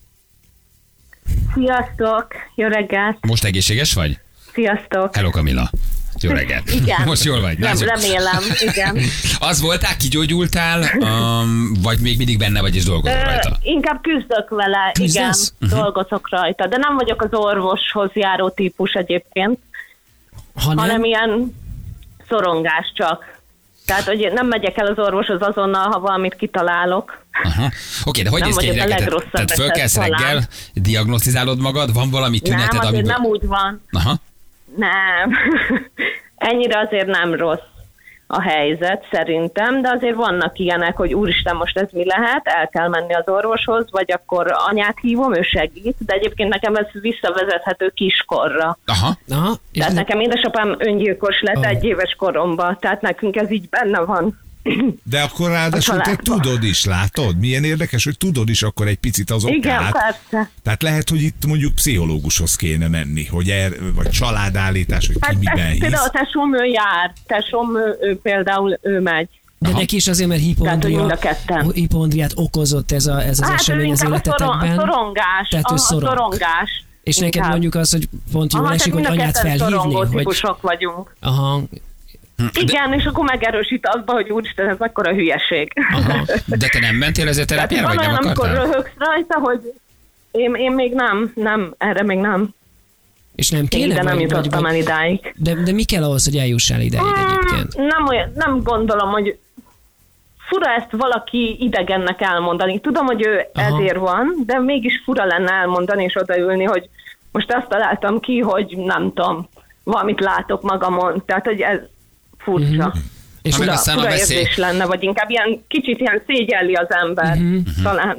Speaker 6: Sziasztok, jó reggelt.
Speaker 2: Most egészséges vagy?
Speaker 6: Sziasztok.
Speaker 2: Hello, Kamilla. Jó reggelt.
Speaker 6: Igen.
Speaker 2: Most jól vagy.
Speaker 6: Nem, remélem, igen.
Speaker 2: Az voltál, kigyógyultál, um, vagy még mindig benne vagy és dolgozol
Speaker 6: Ö,
Speaker 2: rajta?
Speaker 6: Inkább küzdök vele,
Speaker 3: Küzdesz?
Speaker 6: igen, uh-huh. dolgozok rajta. De nem vagyok az orvoshoz járó típus egyébként,
Speaker 3: ha
Speaker 6: hanem ilyen szorongás csak. Tehát, hogy nem megyek el az orvoshoz azonnal, ha valamit kitalálok.
Speaker 2: Aha. Oké, de hogy néz ki egy reggel? Tehát fölkelsz reggel, diagnosztizálod magad, van valami tüneted,
Speaker 6: nem, azért
Speaker 2: amiből...
Speaker 6: nem úgy van.
Speaker 2: Aha.
Speaker 6: Nem. Ennyire azért nem rossz. a helyzet szerintem, de azért vannak ilyenek, hogy úristen, most ez mi lehet, el kell menni az orvoshoz, vagy akkor anyát hívom, ő segít, de egyébként nekem ez visszavezethető kiskorra.
Speaker 2: Aha.
Speaker 3: Aha, és
Speaker 6: Tehát
Speaker 3: ne-
Speaker 6: nekem édesapám öngyilkos lett
Speaker 3: Oh.
Speaker 6: egy éves koromban, tehát nekünk ez így benne van.
Speaker 4: De akkor ráadásul
Speaker 6: A
Speaker 4: te
Speaker 6: családban.
Speaker 4: tudod is, látod? Milyen érdekes, hogy tudod is akkor egy picit az okát.
Speaker 6: Igen, persze.
Speaker 4: Tehát lehet, hogy itt mondjuk pszichológushoz kéne menni, hogy er, vagy családállítás, hogy ki
Speaker 6: Hát
Speaker 4: miben
Speaker 6: ez,
Speaker 4: hisz.
Speaker 6: például a tesóm ő jár, tesóm ő, ő például ő megy.
Speaker 3: de neki is azért, mert
Speaker 6: Tehát, hogy
Speaker 3: hipondria,
Speaker 6: mind a ketten.
Speaker 3: hipondriát okozott ez, a, ez az
Speaker 6: Hát ő
Speaker 3: esemény az
Speaker 6: inkább a szoron,
Speaker 3: életetekben.
Speaker 6: szorongás,
Speaker 3: Tehát ő
Speaker 6: a, a
Speaker 3: szorong.
Speaker 6: szorongás.
Speaker 3: És neked
Speaker 6: inkább.
Speaker 3: mondjuk az, hogy pont jól
Speaker 6: Aha,
Speaker 3: esik, hogy
Speaker 6: tehát mind a
Speaker 3: anyát
Speaker 6: ketten
Speaker 3: felhívni,
Speaker 6: szorongó
Speaker 3: hogy...
Speaker 6: típusok vagyunk.
Speaker 3: Aha,
Speaker 6: Igen, és akkor megerősít azba, hogy úristen, ez akkora hülyeség.
Speaker 2: Aha. De te nem mentél ezért
Speaker 6: Tehát
Speaker 2: terápiára,
Speaker 6: van
Speaker 2: vagy nem
Speaker 6: olyan, amikor
Speaker 2: akartál?
Speaker 6: röhögsz rajta, hogy én, én még nem, nem, erre még nem.
Speaker 3: és nem
Speaker 6: Én
Speaker 3: kéne?
Speaker 6: ide nem
Speaker 3: vagy- vagy-
Speaker 6: jutottam
Speaker 3: vagy-
Speaker 6: el idáig.
Speaker 3: De, de mi kell ahhoz, hogy eljussál ideig egyébként?
Speaker 6: Nem, olyan, nem gondolom, hogy fura ezt valaki idegennek elmondani. Tudom, hogy ő
Speaker 3: Aha.
Speaker 6: ezért van, de mégis fura lenne elmondani és odaülni, hogy most azt találtam ki, hogy nem tudom, valamit látok magamon. Tehát, hogy ez furcsa.
Speaker 3: Mhm. És
Speaker 2: Ha meg
Speaker 6: Fura,
Speaker 2: aztán a
Speaker 6: fura
Speaker 2: veszély.
Speaker 6: érzés lenne, vagy inkább ilyen kicsit ilyen szégyelli az ember.
Speaker 3: Mhm.
Speaker 6: Talán.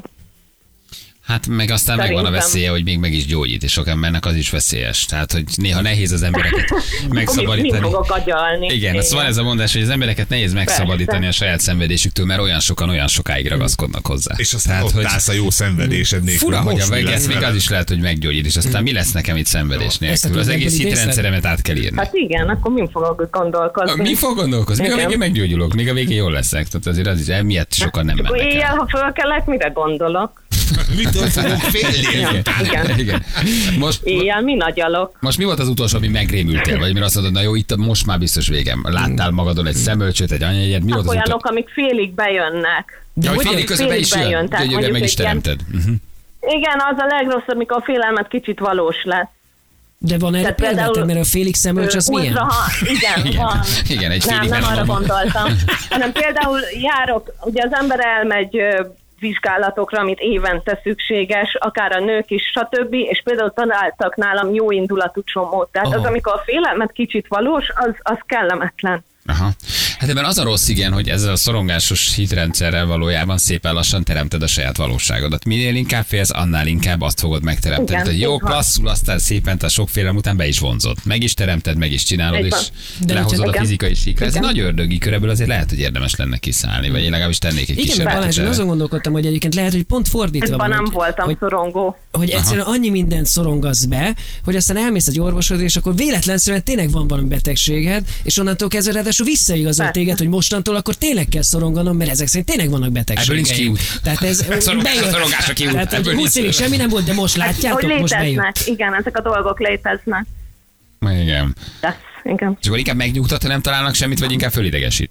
Speaker 2: Hát meg aztán megvan a
Speaker 6: Szerintem.
Speaker 2: veszélye, hogy még meg is gyógyít, és sok embernek az is veszélyes. Tehát, hogy néha nehéz az embereket
Speaker 6: Mi, mi
Speaker 2: megszabadítani.
Speaker 6: fogok agyalni?
Speaker 2: Igen, az van ez a mondás, hogy az embereket nehéz megszabadítani a saját szenvedésüktől, mert olyan sokan olyan sokáig ragaszkodnak hozzá.
Speaker 4: És aztán ott állsz a jó szenvedésed nélkül.
Speaker 2: Fura, hogy a
Speaker 4: Most mi
Speaker 2: veges
Speaker 4: lesz
Speaker 2: még
Speaker 4: veled?
Speaker 2: az is lehet, hogy meggyógyít, és aztán mi lesz nekem itt szenvedés
Speaker 3: Ezt a
Speaker 2: nélkül? Az egész
Speaker 3: tudod,
Speaker 2: hitrendszeremet át kell írni.
Speaker 6: Hát igen, akkor mi fogok gondolkozni?
Speaker 2: Mi fog gondolkozni? Még a
Speaker 6: Igen.
Speaker 2: végén meggyógyulok, még a végén jól leszek. Tehát azért az is, emiatt sokan nem
Speaker 6: Akkor
Speaker 2: mennek
Speaker 6: éjjel,
Speaker 2: el.
Speaker 6: ha fölkelek, mire gondolok?
Speaker 4: Mitől fogok félni?
Speaker 6: Igen. Igen.
Speaker 2: Igen. Most,
Speaker 6: Éjjel mi nagyalok?
Speaker 2: most mi volt az utolsó, ami megrémültél? Vagy mire azt mondod, na jó, itt most már biztos végem. Láttál magadon egy szemölcsöt, egy anyajegyet, mi volt az utolsó?
Speaker 6: Olyanok, amik félig bejönnek.
Speaker 2: Ja, hogy
Speaker 3: hogy-
Speaker 2: félig közben be is
Speaker 6: félig bejön,
Speaker 2: jön,
Speaker 6: tehát
Speaker 2: hogy meg
Speaker 6: mondjuk
Speaker 2: is
Speaker 6: egy ilyen-
Speaker 2: teremted. Uh-huh.
Speaker 6: Igen, az a legrosszabb, mikor a félelmet kicsit valós lesz.
Speaker 3: De van erre
Speaker 6: Tehát
Speaker 3: példát,
Speaker 6: például-
Speaker 3: mert a félig szemölcs az
Speaker 6: Ö,
Speaker 3: milyen?
Speaker 6: ultraha- Igen,
Speaker 2: Igen.
Speaker 6: van.
Speaker 2: Igen, egy
Speaker 6: Nem,
Speaker 2: félig
Speaker 6: nem arra
Speaker 2: melanoma.
Speaker 6: gondoltam. Hanem például járok, ugye az ember elmegy ö, vizsgálatokra, amit évente szükséges, akár a nők is, stb. És például találtak nálam jó indulatú csomót. Tehát
Speaker 3: Aha.
Speaker 6: az, amikor a félelmet kicsit valós, az, az kellemetlen.
Speaker 2: Aha. Hát ebben az a rossz, igen, hogy ezzel a szorongásos hitrendszerrel valójában szépen lassan teremted a saját valóságodat. Minél inkább félsz, annál inkább azt fogod megteremteni.
Speaker 6: Igen,
Speaker 2: Tehát jó,
Speaker 6: így van.
Speaker 2: klasszul, aztán szépen, a sok félelem után be is vonzod. Meg is teremted, meg is csinálod,
Speaker 6: Így
Speaker 2: és
Speaker 6: van.
Speaker 3: De
Speaker 2: lehozod a
Speaker 6: igen.
Speaker 2: fizikai síkra. Ez
Speaker 6: Igen.
Speaker 2: nagy ördögi kör, ebből azért lehet, hogy érdemes lenne kiszállni, vagy én legalábbis tennék egy
Speaker 3: Igen,
Speaker 2: kísérletet.
Speaker 3: Balázs, én
Speaker 2: erre.
Speaker 3: azon gondolkodtam, hogy egyébként lehet, hogy pont fordítva
Speaker 6: Ebben
Speaker 3: van.
Speaker 6: nem
Speaker 3: hogy-
Speaker 6: voltam
Speaker 3: hogy,
Speaker 6: szorongó.
Speaker 3: hogy egyszerűen annyi mindent szorongasz be, hogy aztán elmész egy orvoshoz, és akkor véletlenszerűen tényleg van valami betegséged, és onnantól kezdve ráadásul visszaigazol
Speaker 6: Persze.
Speaker 3: téged, hogy mostantól akkor tényleg kell szoronganom, mert ezek szerint tényleg vannak betegségek.
Speaker 2: Ebből nincs kiút.
Speaker 3: Tehát ez
Speaker 2: Szorongás,
Speaker 3: bejött.
Speaker 2: szorongásra kiút.
Speaker 3: Tehát, hogy
Speaker 2: Ebből nincs.
Speaker 3: húsz évig semmi nem volt, de most
Speaker 6: Hogy
Speaker 3: látjátok, most bejött.
Speaker 6: léteznek. Igen, ezek a dolgok léteznek.
Speaker 2: Igen.
Speaker 6: De, igen.
Speaker 2: És akkor inkább megnyugtat, ha nem találnak semmit, vagy inkább fölidegesít?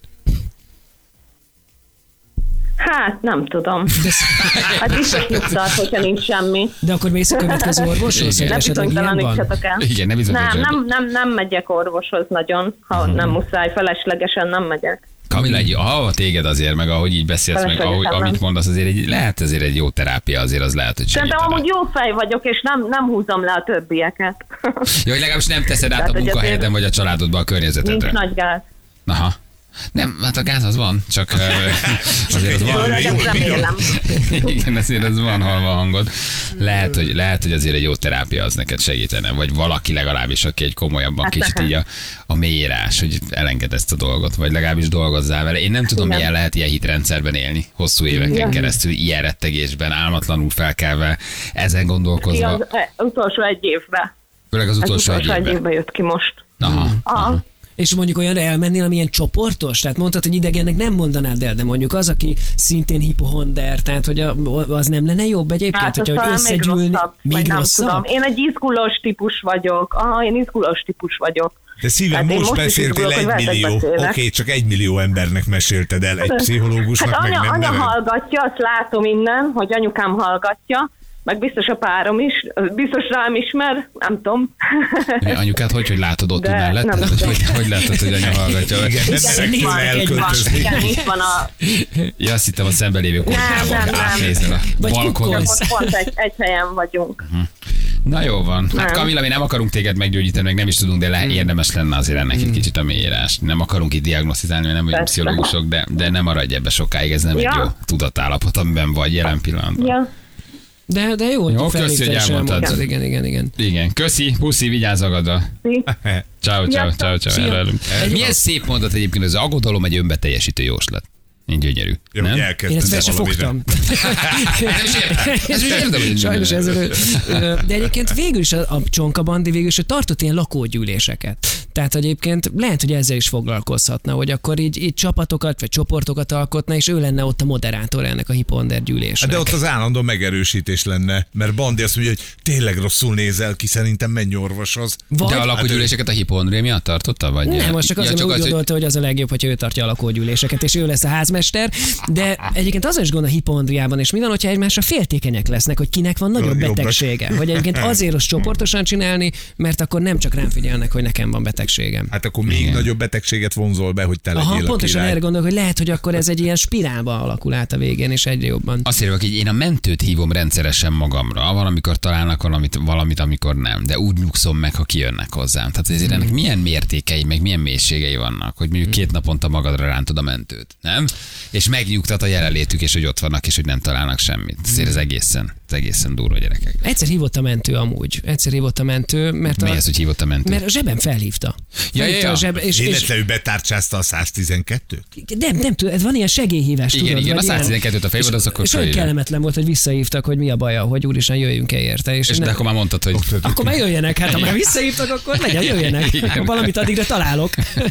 Speaker 6: Hát, nem tudom. Hát biztos nyugtat, hogyha nincs semmi.
Speaker 3: De akkor mész a következő orvoshoz, hogy
Speaker 2: Igen.
Speaker 6: Ne
Speaker 3: esetleg ilyen van?
Speaker 6: bizonytalanítsatok el.
Speaker 2: Igen, ne
Speaker 6: Nem,
Speaker 2: bizonytalanítsatok.
Speaker 6: nem, nem, nem megyek orvoshoz nagyon, ha nem muszáj, feleslegesen nem megyek.
Speaker 2: Kamila, egy, ah, téged azért, meg ahogy így beszélsz, meg
Speaker 6: Feleslegesen
Speaker 2: ahogy,
Speaker 6: nem.
Speaker 2: amit mondasz, azért egy, lehet azért egy jó terápia, azért az lehet, hogy
Speaker 6: Szerintem
Speaker 2: segítene.
Speaker 6: amúgy jó fej vagyok, és nem, nem húzom le a többieket.
Speaker 2: Jó, hogy legalábbis nem teszed át
Speaker 6: Tehát,
Speaker 2: a
Speaker 6: hogy
Speaker 2: munkahelyeden
Speaker 6: azért
Speaker 2: vagy a családodban a
Speaker 6: Nincs
Speaker 2: környezetedre.
Speaker 6: nagy gáz.
Speaker 2: Aha. Nem, hát a gáz az van, csak ö, azért az
Speaker 6: Jó,
Speaker 2: van.
Speaker 6: de
Speaker 4: jó,
Speaker 6: ezt remélem.
Speaker 2: Igen, azért az van halva a hangod. Lehet hogy, lehet, hogy azért egy jó terápia az neked segítene, vagy valaki legalábbis, aki egy komolyabban
Speaker 6: Hát
Speaker 2: kicsit
Speaker 6: lehet.
Speaker 2: így a, a mélyírás, hogy elenged ezt a dolgot, vagy legalábbis dolgozzál vele. Én nem tudom,
Speaker 6: Igen.
Speaker 2: milyen lehet ilyen hitrendszerben élni, hosszú éveken
Speaker 6: Igen.
Speaker 2: keresztül, ilyen rettegésben, álmatlanul felkelve, ezen gondolkozva,
Speaker 6: Az eh, utolsó egy évben.
Speaker 2: főleg az
Speaker 6: Az
Speaker 2: utolsó egy
Speaker 6: utolsó egy
Speaker 2: évben.
Speaker 6: évben jött ki most.
Speaker 2: Aha.
Speaker 6: Aha.
Speaker 3: És mondjuk olyanra elmennél, amilyen csoportos? Tehát mondtad, hogy idegennek nem mondanád el, de mondjuk az, aki szintén hipohonder, tehát hogy a, az nem lenne jobb egyébként,
Speaker 6: Hát az
Speaker 3: hogyha hogy
Speaker 6: talán még
Speaker 3: összegyűlni.
Speaker 6: rosszabb, vagy
Speaker 3: Még
Speaker 6: nem
Speaker 3: rosszabb?
Speaker 6: tudom. Én egy izgulós típus vagyok. Aha, én izgulós típus vagyok.
Speaker 4: De szívem,
Speaker 6: Hát én
Speaker 4: most
Speaker 6: most is
Speaker 4: beszéltél
Speaker 6: izgulok, hogy
Speaker 4: egy
Speaker 6: veletek
Speaker 4: millió. Oké,
Speaker 6: beszélek.
Speaker 4: csak egy millió embernek mesélted el, egy pszichológusnak
Speaker 6: Hát
Speaker 4: meg
Speaker 6: anya,
Speaker 4: nem
Speaker 6: anya
Speaker 4: neved.
Speaker 6: hallgatja, azt látom innen, hogy anyukám hallgatja, meg biztos a párom is, biztos rám ismer, nem tudom.
Speaker 2: Anyukát hogy, hogy látod ott
Speaker 6: De
Speaker 2: mellett?
Speaker 6: nem
Speaker 2: Hogy,
Speaker 6: tudom.
Speaker 2: hogy, hogy látod, hogy anya hallgatja?
Speaker 4: Igen, nem
Speaker 6: Igen,
Speaker 4: szeretnél
Speaker 6: itt van,
Speaker 4: elköltözni.
Speaker 6: Igen, itt van a...
Speaker 2: Ja, azt hittem a szembelévő
Speaker 6: nem,
Speaker 2: konyhában
Speaker 6: nem.
Speaker 2: átnézni a
Speaker 3: Vagy
Speaker 2: balkonon.
Speaker 3: kukkolsz.
Speaker 6: Pont, pont egy, egy helyen vagyunk.
Speaker 2: Na jó van. Hát
Speaker 6: Nem.
Speaker 2: Kamilla, mi nem akarunk téged meggyógyítani, meg nem is tudunk, de le, érdemes lenne azért ennek egy kicsit a mélyírás. Nem akarunk itt diagnosztizálni, mert nem vagyunk
Speaker 6: Persze.
Speaker 2: pszichológusok, de, de nem maradj ebbe sokáig, ez nem
Speaker 6: Ja.
Speaker 2: egy jó tudatállapot, amiben vagy jelen pillanatban.
Speaker 6: Ja.
Speaker 3: De, de jó, hogy
Speaker 2: Jó,
Speaker 3: te
Speaker 2: köszi,
Speaker 3: felhívtál
Speaker 2: hogy
Speaker 3: és
Speaker 2: elmondtad.
Speaker 3: elmondtad. Igen, igen, igen.
Speaker 2: Igen, köszi, puszi, vigyázz magadra. Ciao, ciao, ciao, ciao.
Speaker 3: Szia.
Speaker 2: Elvelünk. Milyen szép mondat egyébként, az aggodalom egy önbeteljesítő jóslat. Így gyönyörű.
Speaker 4: Jó,
Speaker 2: Nem?
Speaker 4: hogy
Speaker 3: Én
Speaker 4: elkezdted
Speaker 3: ezt fel se
Speaker 4: valamire.
Speaker 3: fogtam.
Speaker 2: Ez is értem, hogy
Speaker 3: Sajnos ezzel, ö, de egyébként végül is a, a Csonka Bandi végül is tartott ilyen lakógyűléseket. Tehát egyébként lehet, hogy ezzel is foglalkozhatna, hogy akkor így, így csapatokat vagy csoportokat alkotna, és ő lenne ott a moderátor ennek a hiponder gyűlésnek.
Speaker 4: Hát de ott az állandó megerősítés lenne, mert Bandi azt mondja, hogy tényleg rosszul nézel ki, szerintem menj orvoshoz.
Speaker 3: Vagy,
Speaker 2: De a lakógyűléseket a hipondria miatt tartotta? Vagy
Speaker 3: nem, most csak
Speaker 2: Ja,
Speaker 3: azért, mert úgy
Speaker 2: az, hogy-
Speaker 3: gondolta, hogy az a legjobb, hogyha ő tartja a lakógyűléseket, és ő lesz a házmester, de egyébként az is gond a hipondriában, és mi van, hogyha egymásra féltékenyek lesznek, hogy kinek van nagyobb
Speaker 4: Jobbak.
Speaker 3: betegsége. Hogy egyébként azért azt csoportosan csinálni, mert akkor nem csak rám figyelnek, hogy nekem van betegségem.
Speaker 4: Hát akkor még nagyobb betegséget vonzol be, hogy te legyél
Speaker 3: Aha,
Speaker 4: a
Speaker 3: pontosan
Speaker 4: király.
Speaker 3: erre gondolok, hogy lehet, hogy akkor ez egy ilyen spirálba alakul át a végén, és egyre jobban.
Speaker 2: Azt írjuk, hogy én a mentőt hívom rendszeresen magamra. Van, amikor találnak valamit, valamit, amikor nem. De úgy nyugszom meg, ha kijönnek hozzám. Tehát ezért ennek milyen mértékei, meg milyen mélységei vannak, hogy mondjuk két naponta magadra rántod a mentőt, nem? És megnyugtat a jelenlétük, és hogy ott vannak, és hogy nem találnak semmit. Ezért ez egészen, ez egészen durva, gyerekek.
Speaker 3: Egyszer hívott a mentő amúgy. Egyszer hívott a mentő, mert
Speaker 2: Mi
Speaker 3: a,
Speaker 2: ez, hogy hívott a mentő?
Speaker 3: mert a zsebem felhívta.
Speaker 2: Ja,
Speaker 3: Felhívta
Speaker 2: ja, ja.
Speaker 3: A zseb, és, és,
Speaker 4: Véletlenül betárcsázta a száztizenkettőt?
Speaker 3: nem, nem tudom, ez van ilyen segélyhívás,
Speaker 2: Igen,
Speaker 3: tudod?
Speaker 2: igen,
Speaker 3: vagy
Speaker 2: a
Speaker 3: ilyen-
Speaker 2: száztizenkettőt a fejből, az akkor
Speaker 3: És olyan
Speaker 2: fölhívja.
Speaker 3: kellemetlen volt, hogy visszahívtak, hogy mi a baja, hogy úristen, jöjjünk-e érte. És,
Speaker 2: És de
Speaker 3: nem-
Speaker 2: akkor már mondtad, hogy...
Speaker 3: akkor már jöjjenek, hát ha már visszahívtak, akkor legyen, jöjjenek.
Speaker 2: Igen.
Speaker 3: Akkor valamit addigra találok.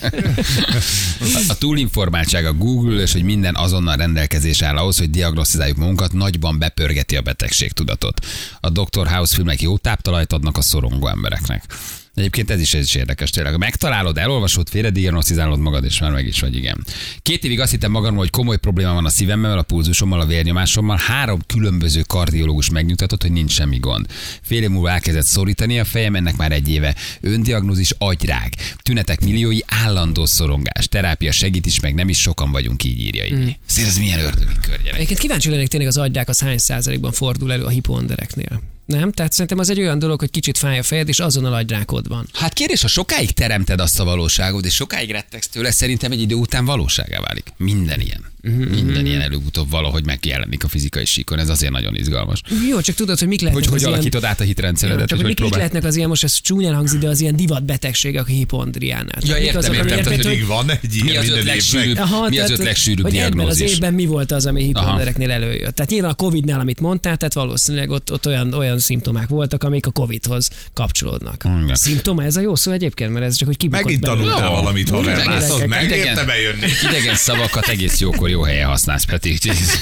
Speaker 2: A, a túlinformáltság, a Google, és hogy minden azonnal rendelkezés áll ahhoz, hogy diagnosztizáljuk magunkat, nagyban bepörgeti a betegségtudatot. A doktor House filmek jó táptalajt adnak a szorongó embereknek. Egyébként ez is, ez is érdekes tényleg. Megtalálod, elolvasod, félrediagnosztizálod magad, és már meg is vagy, igen. Két évig azt hittem magamról, hogy komoly probléma van a szívemmel, a pulzusommal, a vérnyomásommal. Három különböző kardiológus megnyugtatott, hogy nincs semmi gond. Fél év múlva elkezdett szorítani a fejem, ennek már egy éve. Öndiagnózis, agyrág. Tünetek milliói, állandó szorongás. Terápia segít is, meg nem is sokan vagyunk, így írja így. Mm. Ez milyen ördögi kör, gyerek.
Speaker 3: Egyébként kíváncsi lennék tényleg az agyrák az hány százalékban fordul elő a hipondereknél. Nem? Tehát szerintem az egy olyan dolog, hogy kicsit fáj a fejed, és azonnal agyrákod van.
Speaker 2: Hát kérdés, ha sokáig teremted azt a valóságot, és sokáig rettegsz tőle, szerintem egy idő után valóságá válik. Minden ilyen. Uh-huh. Minden ilyen előbb-utóbb valahogy megjelenik a fizikai síkon, ez azért nagyon izgalmas.
Speaker 3: Jó, csak tudod, hogy mik lehetnek
Speaker 2: Hogy hogy
Speaker 3: az ilyen...
Speaker 2: alakítod át a hitrendszeredet,
Speaker 3: Csak
Speaker 2: hogy
Speaker 3: hogy
Speaker 2: hogy
Speaker 3: mik, mik
Speaker 2: próbál...
Speaker 3: lehetnek az ilyen, most ez csúnyán hangzik, de az ilyen divatbetegségek a hipondriánál.
Speaker 2: Ja,
Speaker 3: Mik
Speaker 2: értem,
Speaker 3: azok, ami
Speaker 2: értem,
Speaker 3: érted,
Speaker 2: tehát,
Speaker 3: hogy-
Speaker 4: Még van egy
Speaker 2: Mi
Speaker 4: ilyen
Speaker 2: az öt
Speaker 4: minden
Speaker 2: legsűrűbb,
Speaker 4: évnek.
Speaker 3: Aha,
Speaker 2: mi az
Speaker 3: tehát,
Speaker 2: öt legsűrűbb
Speaker 3: hogy ebben az
Speaker 2: diagnózis?
Speaker 3: évben mi volt az, ami hipondereknél előjött. Tehát nyilván a Covidnál, amit mondtál, tehát valószínűleg ott, ott olyan, olyan szimptomák voltak, amik a Covidhoz kapcsolódnak.
Speaker 2: Igen.
Speaker 3: Szimptoma, ez a jó szó egyébként, mert ez csak, hogy kibukott
Speaker 4: Megint
Speaker 3: belőle.
Speaker 4: tanultál
Speaker 2: Jó.
Speaker 4: valamit,
Speaker 2: Jó,
Speaker 4: haver.
Speaker 2: idegen-
Speaker 4: Látod, megérte
Speaker 2: idegen-
Speaker 4: bejönni.
Speaker 2: Idegen szavakat egész jókor, jó helyen használsz, Peti.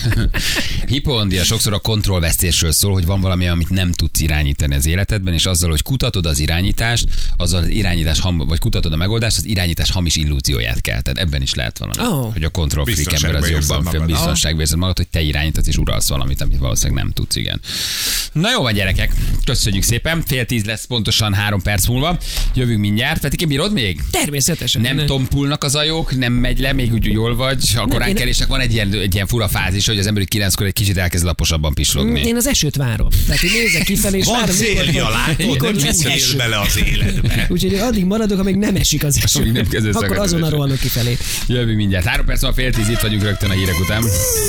Speaker 2: Hipohondria sokszor a kontrollvesztésről szól, hogy van valami, amit nem tudsz irányítani az életedben, és azzal, hogy kutatod az irányítást, azzal az irányítás, ham, vagy kutatod a megoldást, az irányítás hamis illúzióját kelted. Ebben is lehet valami.
Speaker 3: Oh.
Speaker 2: Hogy a kontrollfreak ember az
Speaker 4: Biztonságban érzed
Speaker 2: jobban
Speaker 4: magad.
Speaker 2: biztonságban érzed magad, hogy te irányítasz és uralsz valamit, amit valószínűleg nem tudsz, igen. Na jó van, gyerekek, köszönjük szépen. Fél tíz lesz pontosan három perc múlva. Jövünk mindjárt. Peti, bírod még?
Speaker 3: Természetesen.
Speaker 2: Nem tompulnak az ajók, nem megy le, még úgy jól vagy. A
Speaker 3: én-
Speaker 2: koránkelésnek van egy ilyen, egy ilyen fura fázis, hogy az ember kilenckor egy kicsit elkezd laposabban pislogni.
Speaker 3: Én az esőt várom. Tehát, hogy nézek kifelé, és
Speaker 4: Van
Speaker 3: várom,
Speaker 4: célja, látod,
Speaker 3: mikor
Speaker 4: nem
Speaker 3: lesz
Speaker 4: beszél
Speaker 3: eső.
Speaker 4: bele az életbe.
Speaker 3: Úgyhogy addig maradok, amíg nem esik az eső.
Speaker 2: Amíg nem kezd
Speaker 3: Akkor
Speaker 2: összeakadni az
Speaker 3: azonnal
Speaker 2: eső.
Speaker 3: rohanok kifelé.
Speaker 2: Jövünk mindjárt. Három perc van, fél tíz, itt vagyunk rögtön a hírek után.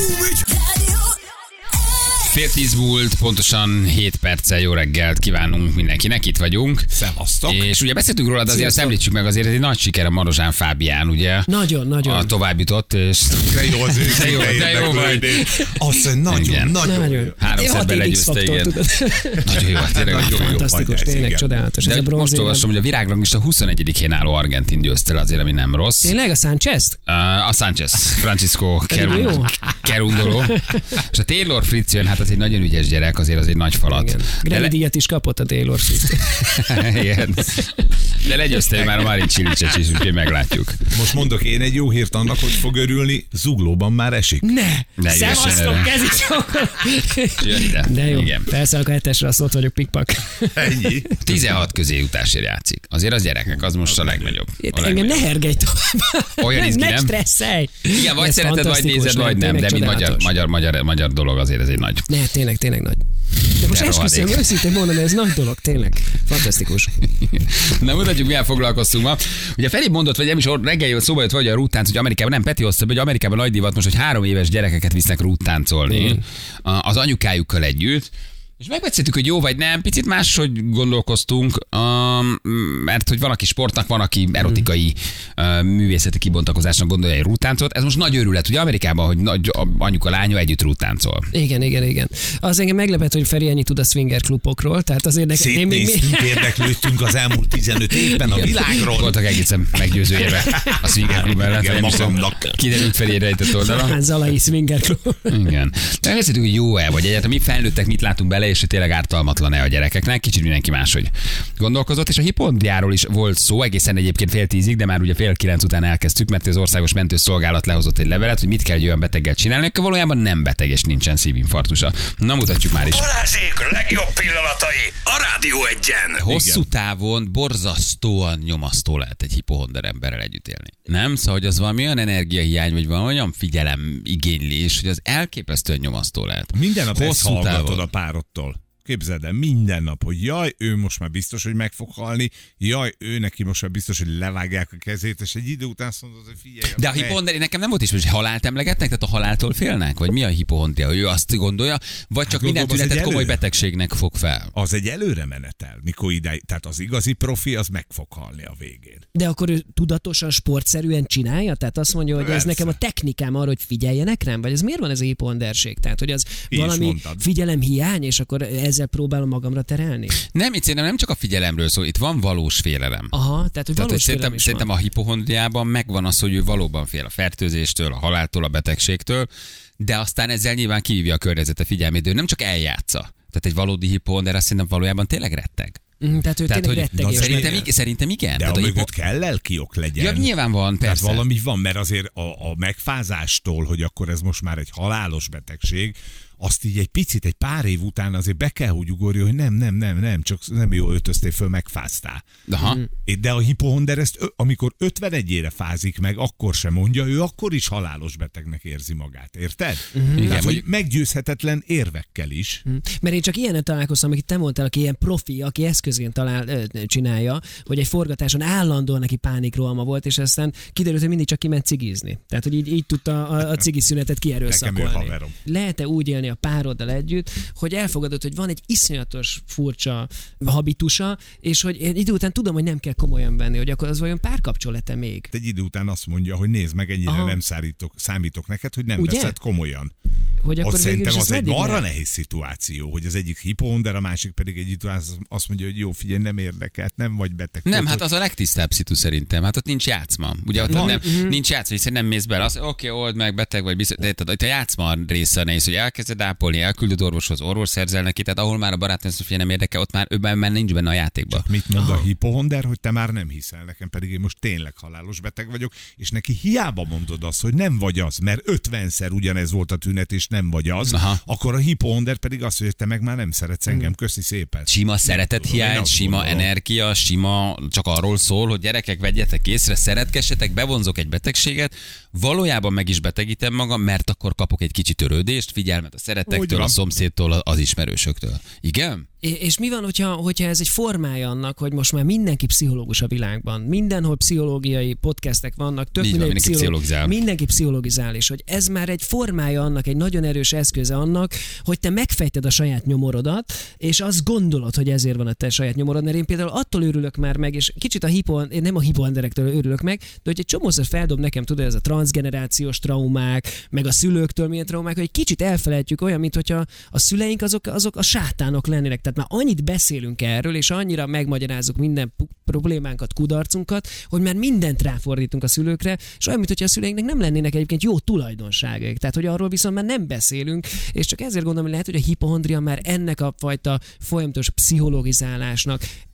Speaker 2: Fél tíz múlt, pontosan hét perccel jó reggelt kívánunk mindenkinek, itt vagyunk.
Speaker 4: Szevasztok.
Speaker 2: És ugye beszéltünk róla, de azért azt említsük meg, azért egy nagy siker a Marozsán Fábián, ugye?
Speaker 3: Nagyon, nagyon.
Speaker 2: A tovább jutott, és
Speaker 4: De jó az
Speaker 2: De jó,
Speaker 4: őszinte
Speaker 2: de jó vagy.
Speaker 4: érdeklődés. Azt mondja,
Speaker 2: Igen.
Speaker 4: nagyon, nagyon
Speaker 3: Nagyon.
Speaker 4: jó.
Speaker 2: Háromszor
Speaker 3: Hat
Speaker 2: belegyőzte,
Speaker 3: X-faktor,
Speaker 2: igen.
Speaker 3: tudod.
Speaker 2: Nagyon jó, tényleg nagyon jó.
Speaker 3: Fantasztikus,
Speaker 4: vagy ez,
Speaker 3: tényleg
Speaker 4: igen.
Speaker 3: csodálatos. Ez
Speaker 2: De
Speaker 3: a
Speaker 2: most
Speaker 3: bronzérem.
Speaker 2: olvasom, hogy a virágrangista huszonegyedikén álló argentin győzte le, azért, ami nem rossz.
Speaker 3: Tényleg a Sánchez?
Speaker 2: Uh, a Sánchez, Francisco
Speaker 3: Pedig jó.
Speaker 2: Kerundolo. És a Taylor Fritz jön, hát az egy nagyon ügyes gyerek, azért az egy nagy falat.
Speaker 3: Igen.
Speaker 2: De
Speaker 3: Grammy
Speaker 2: le-
Speaker 3: díjat is kapott a Taylor Swift.
Speaker 2: Igen. De legyőzte ő már a Marin Csilicses is, úgyhogy meglátjuk.
Speaker 4: Most mondok én egy jó hírt annak, hogy fog örülni, Zuglóban már esik.
Speaker 3: Ne!
Speaker 2: Ne
Speaker 3: Szevasztok,
Speaker 2: jöjjön
Speaker 3: ez is jó.
Speaker 2: Jön ide.
Speaker 3: De jó,
Speaker 2: Igen.
Speaker 3: felszállok a hetesre, azt ott vagyok pikpak.
Speaker 4: Ennyi.
Speaker 2: tizenhat közéjutásért játszik. Azért az gyerekek, az most a legnagyobb. A
Speaker 3: Engem
Speaker 2: legnagyobb.
Speaker 3: ne hergelj tovább.
Speaker 2: Olyan izgi,
Speaker 3: ne
Speaker 2: nem?
Speaker 3: stresszelj.
Speaker 2: Igen, vagy
Speaker 3: Ez
Speaker 2: szereted, vagy
Speaker 3: fantasztikus,
Speaker 2: nézed, vagy nem,
Speaker 3: tényleg
Speaker 2: de mint magyar,
Speaker 3: csodálatos.
Speaker 2: magyar, magyar, magyar dolog azért ez egy nagy.
Speaker 3: Ne, tényleg, tényleg nagy. De most esküszöm, őszintén mondom, ez nagy dolog, tényleg. Fantasztikus.
Speaker 2: Na, mutatjuk, milyen foglalkoztunk ma. Ugye Feri mondott, vagy nem is reggel szóba jött, vagy a rúttánc, hogy Amerikában, nem, Peti hozta, hogy Amerikában nagy divat most, hogy három éves gyerekeket visznek rúttáncolni mm. az anyukájukkal együtt. És megbeszéltük, hogy jó vagy nem, picit máshogy gondolkoztunk, um, mert hogy van, aki sportnak, van, aki erotikai uh, művészeti kibontakozásnak gondolja egy rúttáncot. Ez most nagy őrület, ugye Amerikában, hogy nagy anyuka, lánya együtt rúttáncol.
Speaker 3: Igen, igen, igen. Az engem meglepett, hogy Feri ennyit tud a swinger klubokról, tehát azért nekem...
Speaker 4: Szétnéztünk, érdeklődtünk az elmúlt tizenöt évben a világról.
Speaker 2: Voltak egészen meggyőző érve a swinger klub mellett, vagy magamnak. Kiderült Feri rejtett oldala.
Speaker 3: Zalai swinger klub.
Speaker 2: Igen. De megbeszéltük, hogy jó-e, vagy egyáltalán mi felnőttek mit látunk bele, és hogy tényleg ártalmatlan-e a gyerekeknek. Kicsit mindenki máshogy gondolkozott, és a hipondriáról is volt szó, egészen egyébként fél tízig, de már ugye fél kilenc után elkezdtük, mert az Országos Mentőszolgálat lehozott egy levelet, hogy mit kell egy olyan beteggel csinálni, akkor valójában nem beteg, és nincsen szívinfarktusa. Na, mutatjuk már is.
Speaker 1: Balázsék legjobb pillanatai a Rádió Egyen.
Speaker 2: Hosszú Igen. távon borzasztóan nyomasztó lehet egy hipohonder emberrel együtt élni. Nem? Szóval, hogy az valami olyan energiahiány, vagy valami olyan figyelem igénylés, hogy az elképesztően nyomasztó lehet.
Speaker 4: Minden nap ezt hallgatod a párodtól. Képzeld el, minden nap, hogy jaj, ő most már biztos, hogy meg fog halni, jaj, ő neki most már biztos, hogy levágják a kezét, és egy idő után azt mondod, hogy figyelj.
Speaker 2: De a hipohondria nekem nem volt is, hogy halált emlegetnek, tehát a haláltól félnek? Vagy mi a hipohondria? Ő azt gondolja, vagy csak hát minden tünetet komoly betegségnek fog fel?
Speaker 4: Az egy előre menetel, mikor ide, tehát az igazi profi, az meg fog halni a végén.
Speaker 3: De akkor ő tudatosan, sportszerűen csinálja? Tehát azt mondja, hogy Persze. ez nekem a technikám arra, hogy figyeljenek rám? Vagy ez miért van ez a hipohonderség? Tehát, hogy az Így valami figyelemhiány, és akkor ezzel próbálom magamra terelni?
Speaker 2: Nem, itt szerintem nem csak a figyelemről szól, itt van valós félelem.
Speaker 3: Aha, tehát hogy valós tehát,
Speaker 2: félelem szerintem,
Speaker 3: is
Speaker 2: szerintem
Speaker 3: van.
Speaker 2: a hipohondriában megvan az, hogy ő valóban fél a fertőzéstől, a haláltól, a betegségtől, de aztán ezzel nyilván kihívja a környezete figyelmét, de ő nem csak eljátsza. Tehát egy valódi hipohonder azt szerintem valójában tényleg retteg.
Speaker 3: Mm, tehát ő tehát, tényleg rettegés.
Speaker 2: Szerintem, igen, szerintem igen.
Speaker 4: De
Speaker 2: tehát
Speaker 4: a
Speaker 2: a
Speaker 4: mögött
Speaker 2: hipo...
Speaker 4: kell lelkiok legyen.
Speaker 2: Ja, nyilván van, persze.
Speaker 4: Tehát valami van, mert azért a, a megfázástól, hogy akkor ez most már egy halálos betegség, azt így egy picit, egy pár év után azért be kell, hogy ugorja, hogy nem, nem, nem, nem, csak nem jól ötöztél föl, megfáztál.
Speaker 2: Aha.
Speaker 4: De a hipohonder ezt, amikor ötvenegyére fázik meg, akkor sem mondja, ő akkor is halálos betegnek érzi magát, érted? Uh-huh. Tehát, Igen, hogy meggyőzhetetlen érvekkel is.
Speaker 3: Uh-huh. Mert én csak ilyennel találkoztam, akit te mondtál, aki ilyen profi, aki eszközén talál, ö, csinálja, hogy egy forgatáson állandóan neki pánikrohama volt, és aztán kiderült, hogy mindig csak kiment cigizni. Tehát, hogy így, így tudta a, a cigiszünetet kierőszakolni. Lehet-e úgy élni a pároddal együtt, hogy elfogadod, hogy van egy iszonyatos furcsa habitusa, és hogy én idő után tudom, hogy nem kell komolyan venni, hogy akkor az vajon párkapcsolat-e még?
Speaker 4: Egy idő után azt mondja, hogy nézd meg, ennyire Aha. nem szárítok, számítok neked, hogy nem Ugye? veszed komolyan.
Speaker 3: Hogy akkor
Speaker 4: azt szerintem az egy marra nehéz szituáció, hogy az egyik hipohonder, a másik pedig egy idő után azt mondja, hogy jó, figyelj, nem érdekelt, nem vagy beteg.
Speaker 2: Nem,
Speaker 4: ott,
Speaker 2: hát az a legtisztább szitu szerintem. Hát ott nincs játszma. Ugye ott nem, uh-huh. nincs játszma, hiszen nem mész bele. Oké, okay, old meg, beteg vagy, biztos. De itt a játszma része nehéz, hogy elkezded ápolni, elküldöd orvoshoz, orvos szerzel neki, tehát ahol már a barátnő azt mondja, nem érdekel, ott már ő már nincs benne a játékban.
Speaker 4: Csak mit mond a hipohonder, hogy te már nem hiszel nekem, pedig én most tényleg halálos beteg vagyok, és neki hiába mondod azt, hogy nem vagy az, mert ötvenszer ugyanez volt a tünet, és nem vagy az, Aha. akkor a hipohonder pedig azt, hogy te meg már nem szeretsz engem, köszi szépen.
Speaker 2: Sima szeretethiány, sima gondolom. energia, sima csak arról szól, hogy gyerekek, vegyetek észre, szeretgessetek, bevonzok egy betegséget, valójában meg is betegítem magam, mert akkor kapok egy kicsi törődést, figyelmet a szeretektől, a szomszédtól, az ismerősöktől. Igen?
Speaker 3: És mi van, hogyha, hogyha ez egy formája annak, hogy most már mindenki pszichológus a világban, mindenhol pszichológiai podcastek vannak, tök
Speaker 2: van, mindenki pszichológizál.
Speaker 3: Mindenki pszichológizál, és hogy ez már egy formája annak, egy nagyon erős eszköze annak, hogy te megfejted a saját nyomorodat, és azt gondolod, hogy ezért van a te saját nyomorod, mert én például attól örülök már meg, és kicsit a hipo, nem a hipohonderektől örülök meg, de hogy egy csomószor feldob nekem, tudod, ez a transzgenerációs traumák, meg a szülőktől milyen traumák, hogy egy kicsit elfelejtjük olyan, mint hogyha a szüleink azok, azok a sátánok lennének. Tehát már annyit beszélünk erről, és annyira megmagyarázzuk minden problémánkat, kudarcunkat, hogy már mindent ráfordítunk a szülőkre, és olyan, mintha a szüleinknek nem lennének egyébként jó tulajdonságaik. Tehát, hogy arról viszont már nem beszélünk, és csak ezért gondolom, hogy lehet, hogy a hipohondria már ennek a fajta folyamatos pszichologizálásnak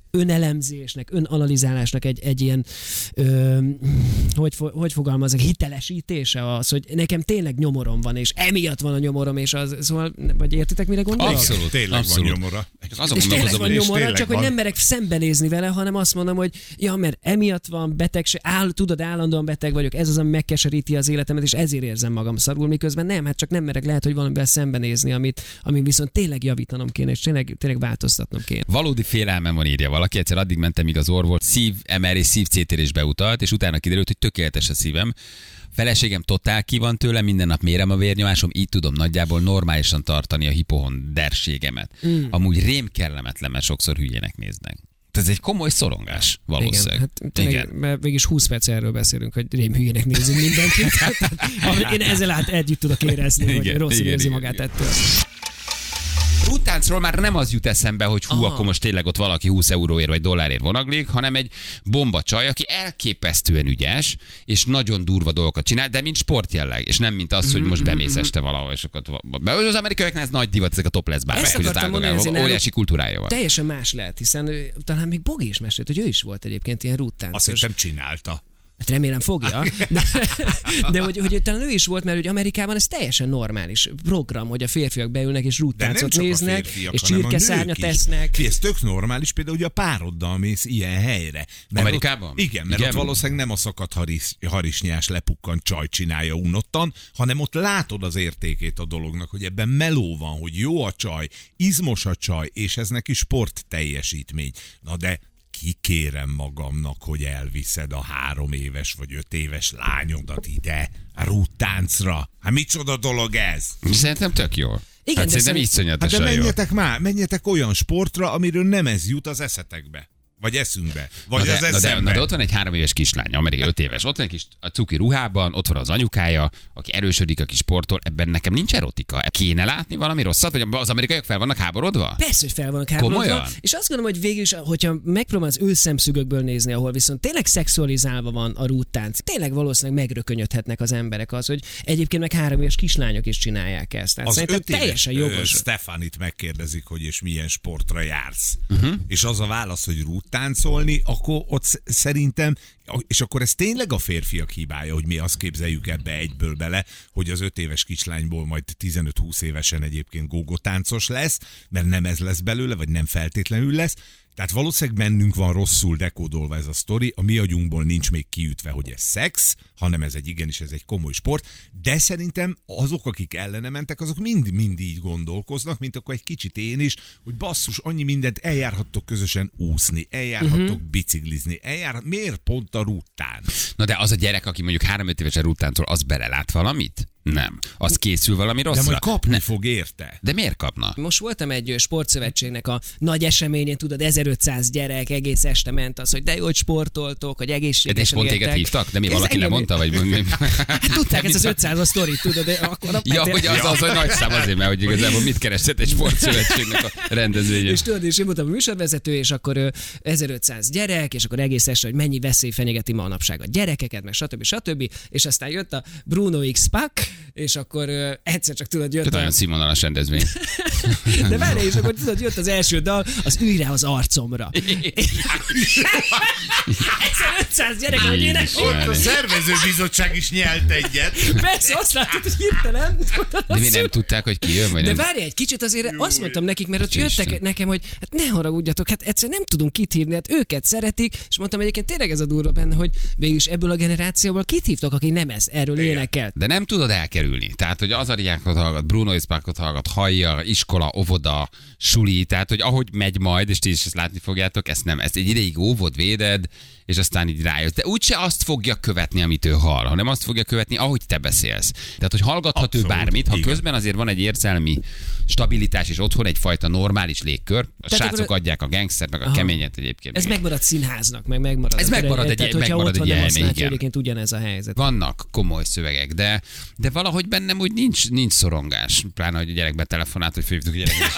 Speaker 3: önelemzésnek, önanalizálásnak egy, egy ilyen, ö, hogy, hogy fogalmazok, hitelesítése az, hogy nekem tényleg nyomorom van, és emiatt van a nyomorom, és az, szóval, vagy értitek, mire gondolok?
Speaker 2: Abszolút,
Speaker 4: Tényleg
Speaker 2: abszolút.
Speaker 4: van nyomora.
Speaker 3: És tényleg van nyomora,
Speaker 4: tényleg
Speaker 3: csak
Speaker 4: van.
Speaker 3: hogy nem merek szembenézni vele, hanem azt mondom, hogy ja, mert emiatt van betegség, áll, tudod, állandóan beteg vagyok, ez az, ami megkeseríti az életemet, és ezért érzem magam szarul, miközben nem, hát csak nem merek, lehet, hogy valamivel szembenézni, amit, amit viszont tényleg javítanom kéne, és tényleg, tényleg változtatnom kéne.
Speaker 2: Valódi félelmem van, írja valaki. Egyszer addig mentem, míg az orvos szív em er és szívcétérésbe utalt, és utána kiderült, hogy tökéletes a szívem. Feleségem totál ki van tőle, minden nap mérem a vérnyomásom, így tudom nagyjából normálisan tartani a hipohonderségemet. Mm. Amúgy rém kellemetlen, mert sokszor hülyének néznek. Ez egy komoly szorongás, valószínűleg.
Speaker 3: Igen, hát tényleg, igen. Mert végig húsz perc erről beszélünk, hogy rém hülyének nézünk mindenkit. Én ezzel át együtt tudok érezni, igen, hogy rosszul érzi igen, magát igen. ettől.
Speaker 2: Rúttáncról már nem az jut eszembe, hogy hú, aha, akkor most tényleg ott valaki húsz euróért vagy dollárért vonaglik, hanem egy bomba csaj, aki elképesztően ügyes, és nagyon durva dolgokat csinál, de mint sportjelleg, és nem mint az, hogy most bemész este valahol, és akkor az amerikaiaknál ez nagy divat, ezek a topless bárek, hogy az ágagában óriási kultúrája van.
Speaker 3: Teljesen más lehet, hiszen talán még Bogi is mesélt, hogy ő is volt egyébként ilyen rúttáncos.
Speaker 4: Azt hiszem csinálta.
Speaker 3: Hát remélem fogja, de, de hogy, hogy talán ő is volt, mert hogy Amerikában ez teljesen normális program, hogy a férfiak beülnek és rúttáncot néznek, férfiak, és csirkeszárnyat esznek.
Speaker 4: Fé, ez tök normális, például, hogy a pároddal mész ilyen helyre. Mert
Speaker 2: Amerikában?
Speaker 4: Ott, igen, mert
Speaker 2: igen.
Speaker 4: ott valószínűleg nem a szakadt haris, harisnyás lepukkant csaj csinálja unottan, hanem ott látod az értékét a dolognak, hogy ebben meló van, hogy jó a csaj, izmos a csaj, és ez neki sport teljesítmény. Na de kikérem magamnak, hogy elviszed a három éves vagy öt éves lányodat ide a rúttáncra. Hát micsoda dolog ez?
Speaker 2: Szerintem tök jó.
Speaker 3: Igen,
Speaker 2: hát szerintem iszonyatosan
Speaker 4: hát de
Speaker 2: jó.
Speaker 4: menjetek már, menjetek olyan sportra, amiről nem ez jut az eszetekbe. Vagy eszünkbe. Vagy
Speaker 2: na
Speaker 4: az
Speaker 2: de,
Speaker 4: eszembe.
Speaker 2: na de, na de ott van egy három éves kislány, amerikai öt éves. Ott van egy kis a cuki ruhában, ott van az anyukája, aki erősödik, aki sportol. Ebben nekem nincs erotika. Kéne látni valami rosszat, vagy az amerikaiak fel vannak háborodva?
Speaker 3: Persze, hogy fel vannak háborodva.
Speaker 2: Komolyan?
Speaker 3: És azt gondolom, hogy végül is, hogyha megpróbálsz őszemszögökből nézni, ahol viszont tényleg szexualizálva van a rúttánc, tényleg valószínűleg megrökönyödhetnek az emberek az, hogy egyébként meg három éves kislányok is csinálják ezt. Tehát
Speaker 4: az
Speaker 3: szerintem
Speaker 4: öt éves,
Speaker 3: teljesen jogos.
Speaker 4: Stefanit megkérdezik, hogy és milyen sportra jársz. Uh-huh. És az a válasz, hogy rúttáncolni, akkor ott szerintem, és akkor ez tényleg a férfiak hibája, hogy mi azt képzeljük ebbe egyből bele, hogy az öt éves kislányból majd tizenöt-húsz évesen egyébként gógotáncos lesz, mert nem ez lesz belőle, vagy nem feltétlenül lesz. Tehát valószínűleg bennünk van rosszul dekódolva ez a sztori, a mi agyunkból nincs még kiütve, hogy ez szex, hanem ez egy igenis, ez egy komoly sport, de szerintem azok, akik ellene mentek, azok mind, mind így gondolkoznak, mint akkor egy kicsit én is, hogy basszus, annyi mindent eljárhattok közösen úszni, eljárhattok uh-huh. biciklizni, eljárhat, miért pont a rúttán?
Speaker 2: Na de az a gyerek, aki mondjuk három-öt évesen rúttáncol, az belelát valamit? Nem. Az készül valami rosszra.
Speaker 4: De majd kapni
Speaker 2: ne.
Speaker 4: fog érte.
Speaker 2: De miért kapna?
Speaker 3: Most voltam egy sportszövetségnek a nagy eseményén, tudod, ezerötszáz gyerek, egész este ment az, hogy de jó, hogy sportoltok, hogy egészségesen
Speaker 2: éltek. De pont téged hívtak? De mi, valaki engem... lemondta? Vagy...
Speaker 3: hát tudták ezt az ötszáz a sztorit, tudod, de akkor...
Speaker 2: Ja, hogy az, az, hogy nagy szám azért, mert hogy igazából mit keresett egy sportszövetségnek a rendezvényen.
Speaker 3: És tudod, és én voltam a műsorvezető, és akkor ezerötszáz gyerek, és akkor egész este, hogy mennyi veszély fenyegeti manapság a gyerekeket, meg stb. stb. És aztán jött a Bruno X Pack, és akkor uh, egyszer csak tudod, jött
Speaker 2: Tehát a... olyan színvonalas rendezvény.
Speaker 3: De várj, és akkor tudod, jött az első dal, az ülj rá az arcomra. ezerötszáz gyerek, hogy ének.
Speaker 4: Ott a szervezőbizottság is nyelt egyet.
Speaker 3: Persze, azt látod, hogy hirtelen.
Speaker 2: De mi nem tudták, hogy ki jön, vagy
Speaker 3: De
Speaker 2: nem?
Speaker 3: várj egy kicsit, azért azt mondtam nekik, mert ott jöttek nekem, hogy hát ne haragudjatok, hát egyszerűen nem tudunk kit hívni, hát őket szeretik, és mondtam egyébként tényleg ez a durva benne, hogy végülis ebből a generációból kit hívtok, aki nem ez, erről énekelt.
Speaker 2: De nem tudod elkerülni. Tehát, hogy Azariákot hallgat, Bruno Iszpákot hallgat, hallja, iskola, óvoda, suli, tehát, hogy ahogy megy majd, és ti is ezt látni fogjátok, ezt nem, ezt egy ideig óvod, véded, és aztán így rájött. De úgyse azt fogja követni, amit ő hall, hanem azt fogja követni, ahogy te beszélsz. Tehát, hogy hallgathat Abszolút, ő bármit, ha igen. közben azért van egy érzelmi stabilitás, és otthon egyfajta normális légkör. A
Speaker 3: Tehát
Speaker 2: srácok
Speaker 3: akkor...
Speaker 2: adják a gangster, meg a
Speaker 3: Aha.
Speaker 2: keményet egyébként.
Speaker 3: Ez megmarad színháznak, meg megmarad.
Speaker 2: Ez megmarad egy,
Speaker 3: tehát,
Speaker 2: megmarad egy
Speaker 3: ilyen,
Speaker 2: igen.
Speaker 3: egyébként ugyanez a helyzet.
Speaker 2: Vannak komoly szövegek, de, de de valahogy bennem úgy nincs, nincs szorongás. Pláne, hogy a gyerekbe telefonált, hogy fölhívtuk a gyereket.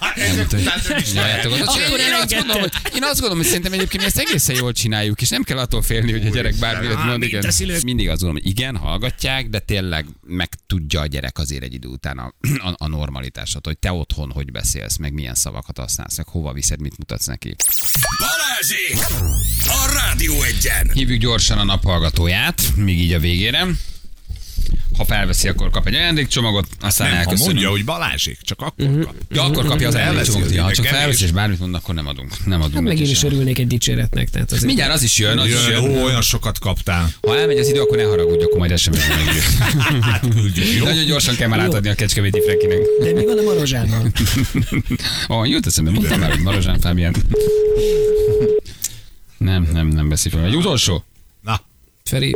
Speaker 2: Én azt gondolom, hogy, én azt gondolom, hogy szerintem egyébként mi ezt egészen jól csináljuk, és nem kell attól félni, hogy a gyerek bármit mond. Igen. Mindig azt gondolom, hogy igen, hallgatják, de tényleg meg tudja a gyerek azért egy idő után a, a, a normalitásot, hogy te otthon hogy beszélsz, meg milyen szavakat használsz, meg hova viszed, mit mutatsz neki.
Speaker 1: Balázsék! A Rádió Egyen!
Speaker 2: Hívjuk gyorsan a naphallgatóját, még így a végére. Ha felveszi, akkor kap egy ajándékcsomagot, aztán
Speaker 4: Nem, ha
Speaker 2: elköszönünk.
Speaker 4: mondja, hogy Balázsék, csak akkor
Speaker 3: Mhm.
Speaker 4: kap.
Speaker 2: Ja, akkor kapja az ajándékcsomagot. Ja, ha csak
Speaker 4: Kevés.
Speaker 2: felveszi, és bármit mond, akkor nem adunk. Nem adunk
Speaker 3: Hát meg
Speaker 2: neki
Speaker 3: én is
Speaker 2: sem.
Speaker 3: örülnék egy dicséretnek. Tehát azért...
Speaker 2: Mindjárt az is jön, az is
Speaker 4: Jön,
Speaker 2: jön.
Speaker 4: ó, olyan sokat kaptál.
Speaker 2: Ha elmegy az idő, akkor ne haragudj, akkor majd ez sem jön meg.
Speaker 4: Hát küldjük, jó?
Speaker 2: Nagyon gyorsan kell már átadni a Kecskeméti Frekinek.
Speaker 3: De mi van a Marozsánban?
Speaker 2: Ó, jut eszembe, mondtam már, hogy Marozsán Fábián. Nem, nem, nem veszi fel. Egy utolsó?
Speaker 4: Na,
Speaker 3: Feri,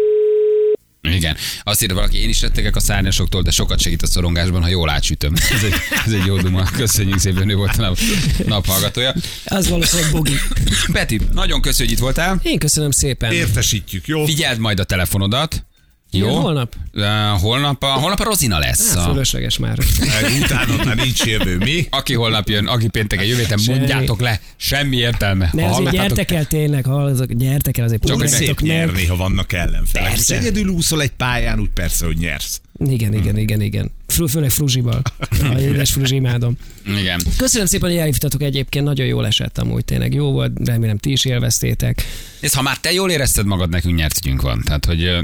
Speaker 2: Igen. Azt írta valaki, én is rettegek a szárnyasoktól, de sokat segít a szorongásban, ha jól átsütöm. Ez egy, ez egy jó duma. Köszönjük szépen, ő volt a nap, naphallgatója.
Speaker 3: az valószínűleg Bogi.
Speaker 2: Peti, nagyon köszönjük, hogy itt voltál.
Speaker 3: Én köszönöm szépen.
Speaker 4: értesítjük, jó?
Speaker 2: Figyeld majd a telefonodat. Jó?
Speaker 3: Igen, holnap?
Speaker 2: Uh, holnap, a, holnap a Rozina lesz.
Speaker 3: Hát,
Speaker 2: A,
Speaker 3: fölösleges már.
Speaker 4: Utána már nincs jövő, mi?
Speaker 2: aki holnap jön, aki pénteken jövő héten,
Speaker 3: Semmi.
Speaker 2: mondjátok le, semmi értelme.
Speaker 3: Ne,
Speaker 2: Ha
Speaker 3: azért
Speaker 2: hallgattátok-
Speaker 3: gyertek el tényleg, hallgatok, gyertek el, azért
Speaker 2: Csak hogy
Speaker 3: próbáljátok
Speaker 4: Szép
Speaker 3: meg.
Speaker 4: nyerni, ha vannak ellenfelek.
Speaker 3: Persze.
Speaker 4: Most egyedül úszol egy pályán, úgy persze, hogy nyersz.
Speaker 3: Igen, igen, igen, igen. Fő, főleg Fruzsival. A édes Fruzsi imádom.
Speaker 2: Igen.
Speaker 3: Köszönöm szépen, hogy elhívtatok egyébként, nagyon jól esett amúgy tényleg. Jó volt, remélem ti is élveztétek.
Speaker 2: És ha már te jól érezted magad, nekünk nyert ügyünk van. Tehát, hogy... ö,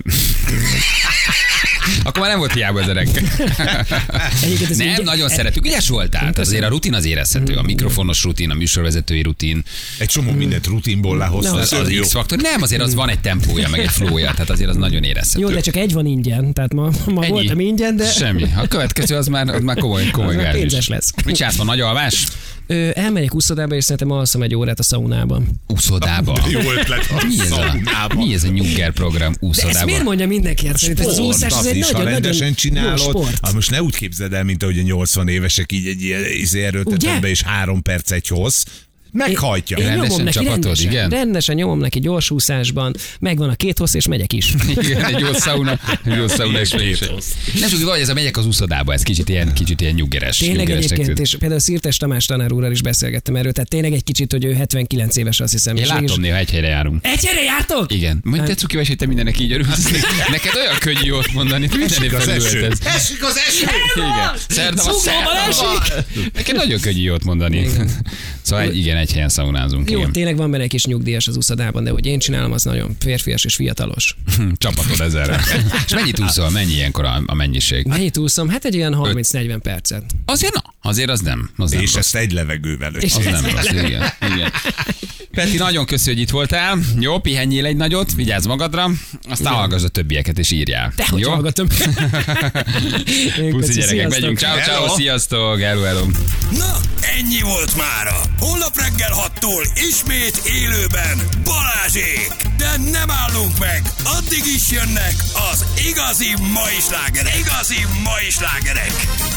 Speaker 2: Akkor már nem volt hiába az öreg.
Speaker 3: Egyébként ez
Speaker 2: Nem,
Speaker 3: így-
Speaker 2: nagyon szeretjük. Ügyes voltál. Tehát azért a rutin az érezhető. A mikrofonos rutin, a műsorvezetői rutin,
Speaker 4: Egy csomó mindent rutinból lehoztad.
Speaker 2: az, az X-faktor. Nem, azért az van egy tempója, meg egy flowja. Tehát azért az nagyon érezhető.
Speaker 3: Jó, de csak egy van ingyen, tehát ma, ma
Speaker 2: Ennyi.
Speaker 3: voltam ingyen, de
Speaker 2: Semmi. A következő az már, az már komoly, komoly
Speaker 3: Az már
Speaker 2: gázis.
Speaker 3: pénzes lesz.
Speaker 2: Mit csinálsz, van nagy alvás?
Speaker 3: ö, elmegyek úszodába, és szerintem alszom egy órát a szaunában.
Speaker 2: Úszodába.
Speaker 4: Jó ötlet a
Speaker 2: Mi ez a,
Speaker 4: szaunába.
Speaker 2: mi ez a nyugger program
Speaker 3: De ezt
Speaker 2: úszodába?
Speaker 3: miért mondja mindenki? Hát szerintem az úszás az
Speaker 4: az
Speaker 3: egy
Speaker 4: is, ha
Speaker 3: nagyon,
Speaker 4: rendesen
Speaker 3: nagyon jó
Speaker 4: csinálod.
Speaker 3: sport.
Speaker 4: Hát most ne úgy képzeld el, mint ahogy a nyolcvan évesek így egy ilyen izé erőltetetbe,
Speaker 3: Ugye?
Speaker 4: és három perc egy hossz. Meghajtja.
Speaker 3: Én
Speaker 2: Rendesen
Speaker 3: nyomom neki,
Speaker 2: csapatod,
Speaker 3: rendesen,
Speaker 2: igen?
Speaker 3: rendesen nyomom neki gyorsúszásban, megvan a két hossz, és megyek is.
Speaker 2: Igen, egy jó szauna, egy jó szauna és mégis. Nem csak, hogy ez a megyek az úszodába, ez kicsit ilyen, kicsit ilyen nyuggeres.
Speaker 3: Tényleg
Speaker 2: nyuggeres
Speaker 3: egyébként,
Speaker 2: tektől.
Speaker 3: és például Szirtes Tamás tanár úrral is beszélgettem erről, tehát tényleg egy kicsit, hogy ő hetvenkilenc éves, azt hiszem.
Speaker 2: Én
Speaker 3: és mégis-
Speaker 2: látom, néha egy helyre járunk.
Speaker 3: Egy helyre jártok?
Speaker 2: Igen. Mondj,
Speaker 3: Hát-
Speaker 2: te cuki vagy, hogy te mindennek így örülsz. Neked olyan könnyű jót mondani, te minden
Speaker 4: Esik az eső.
Speaker 2: felülhetsz.
Speaker 4: Esik az eső.
Speaker 2: Igen. Szerda van,
Speaker 3: Zuglóban
Speaker 2: szerda van. Neked nagyon könnyű jót mondani. Szóval egy- igen, egy helyen szaunázunk.
Speaker 3: Jó,
Speaker 2: Igen.
Speaker 3: tényleg van benne egy kis nyugdíjas az úszodában, de hogy én csinálom, az nagyon férfias és fiatalos.
Speaker 2: Hm, Csapatod ezerre. És mennyit úszol? Mennyi ilyenkor a, a mennyiség?
Speaker 3: Mennyit úszom? Hát egy olyan harminc-negyven percet.
Speaker 2: Azért na, azért az nem. Az nem
Speaker 4: És
Speaker 2: rossz.
Speaker 4: ezt egy levegővel.
Speaker 3: És-
Speaker 2: Az nem rossz, igen. igen. Peti, nagyon köszi, hogy itt voltál. Jó, pihenjél egy nagyot, vigyázz magadra, aztán hallgass a többieket és írjál.
Speaker 3: De hogy
Speaker 2: Jó?
Speaker 3: hallgatom. Én
Speaker 2: Puszi
Speaker 3: köszi,
Speaker 2: gyerekek,
Speaker 3: sziasztok.
Speaker 2: megyünk. Ciao, ciao,
Speaker 4: Hello.
Speaker 2: sziasztok. Hello, hello.
Speaker 1: Na, ennyi volt mára. Holnap reggel hattól ismét élőben Balázsék. De nem állunk meg. Addig is jönnek az igazi mai slágerek. Igazi mai slágerek.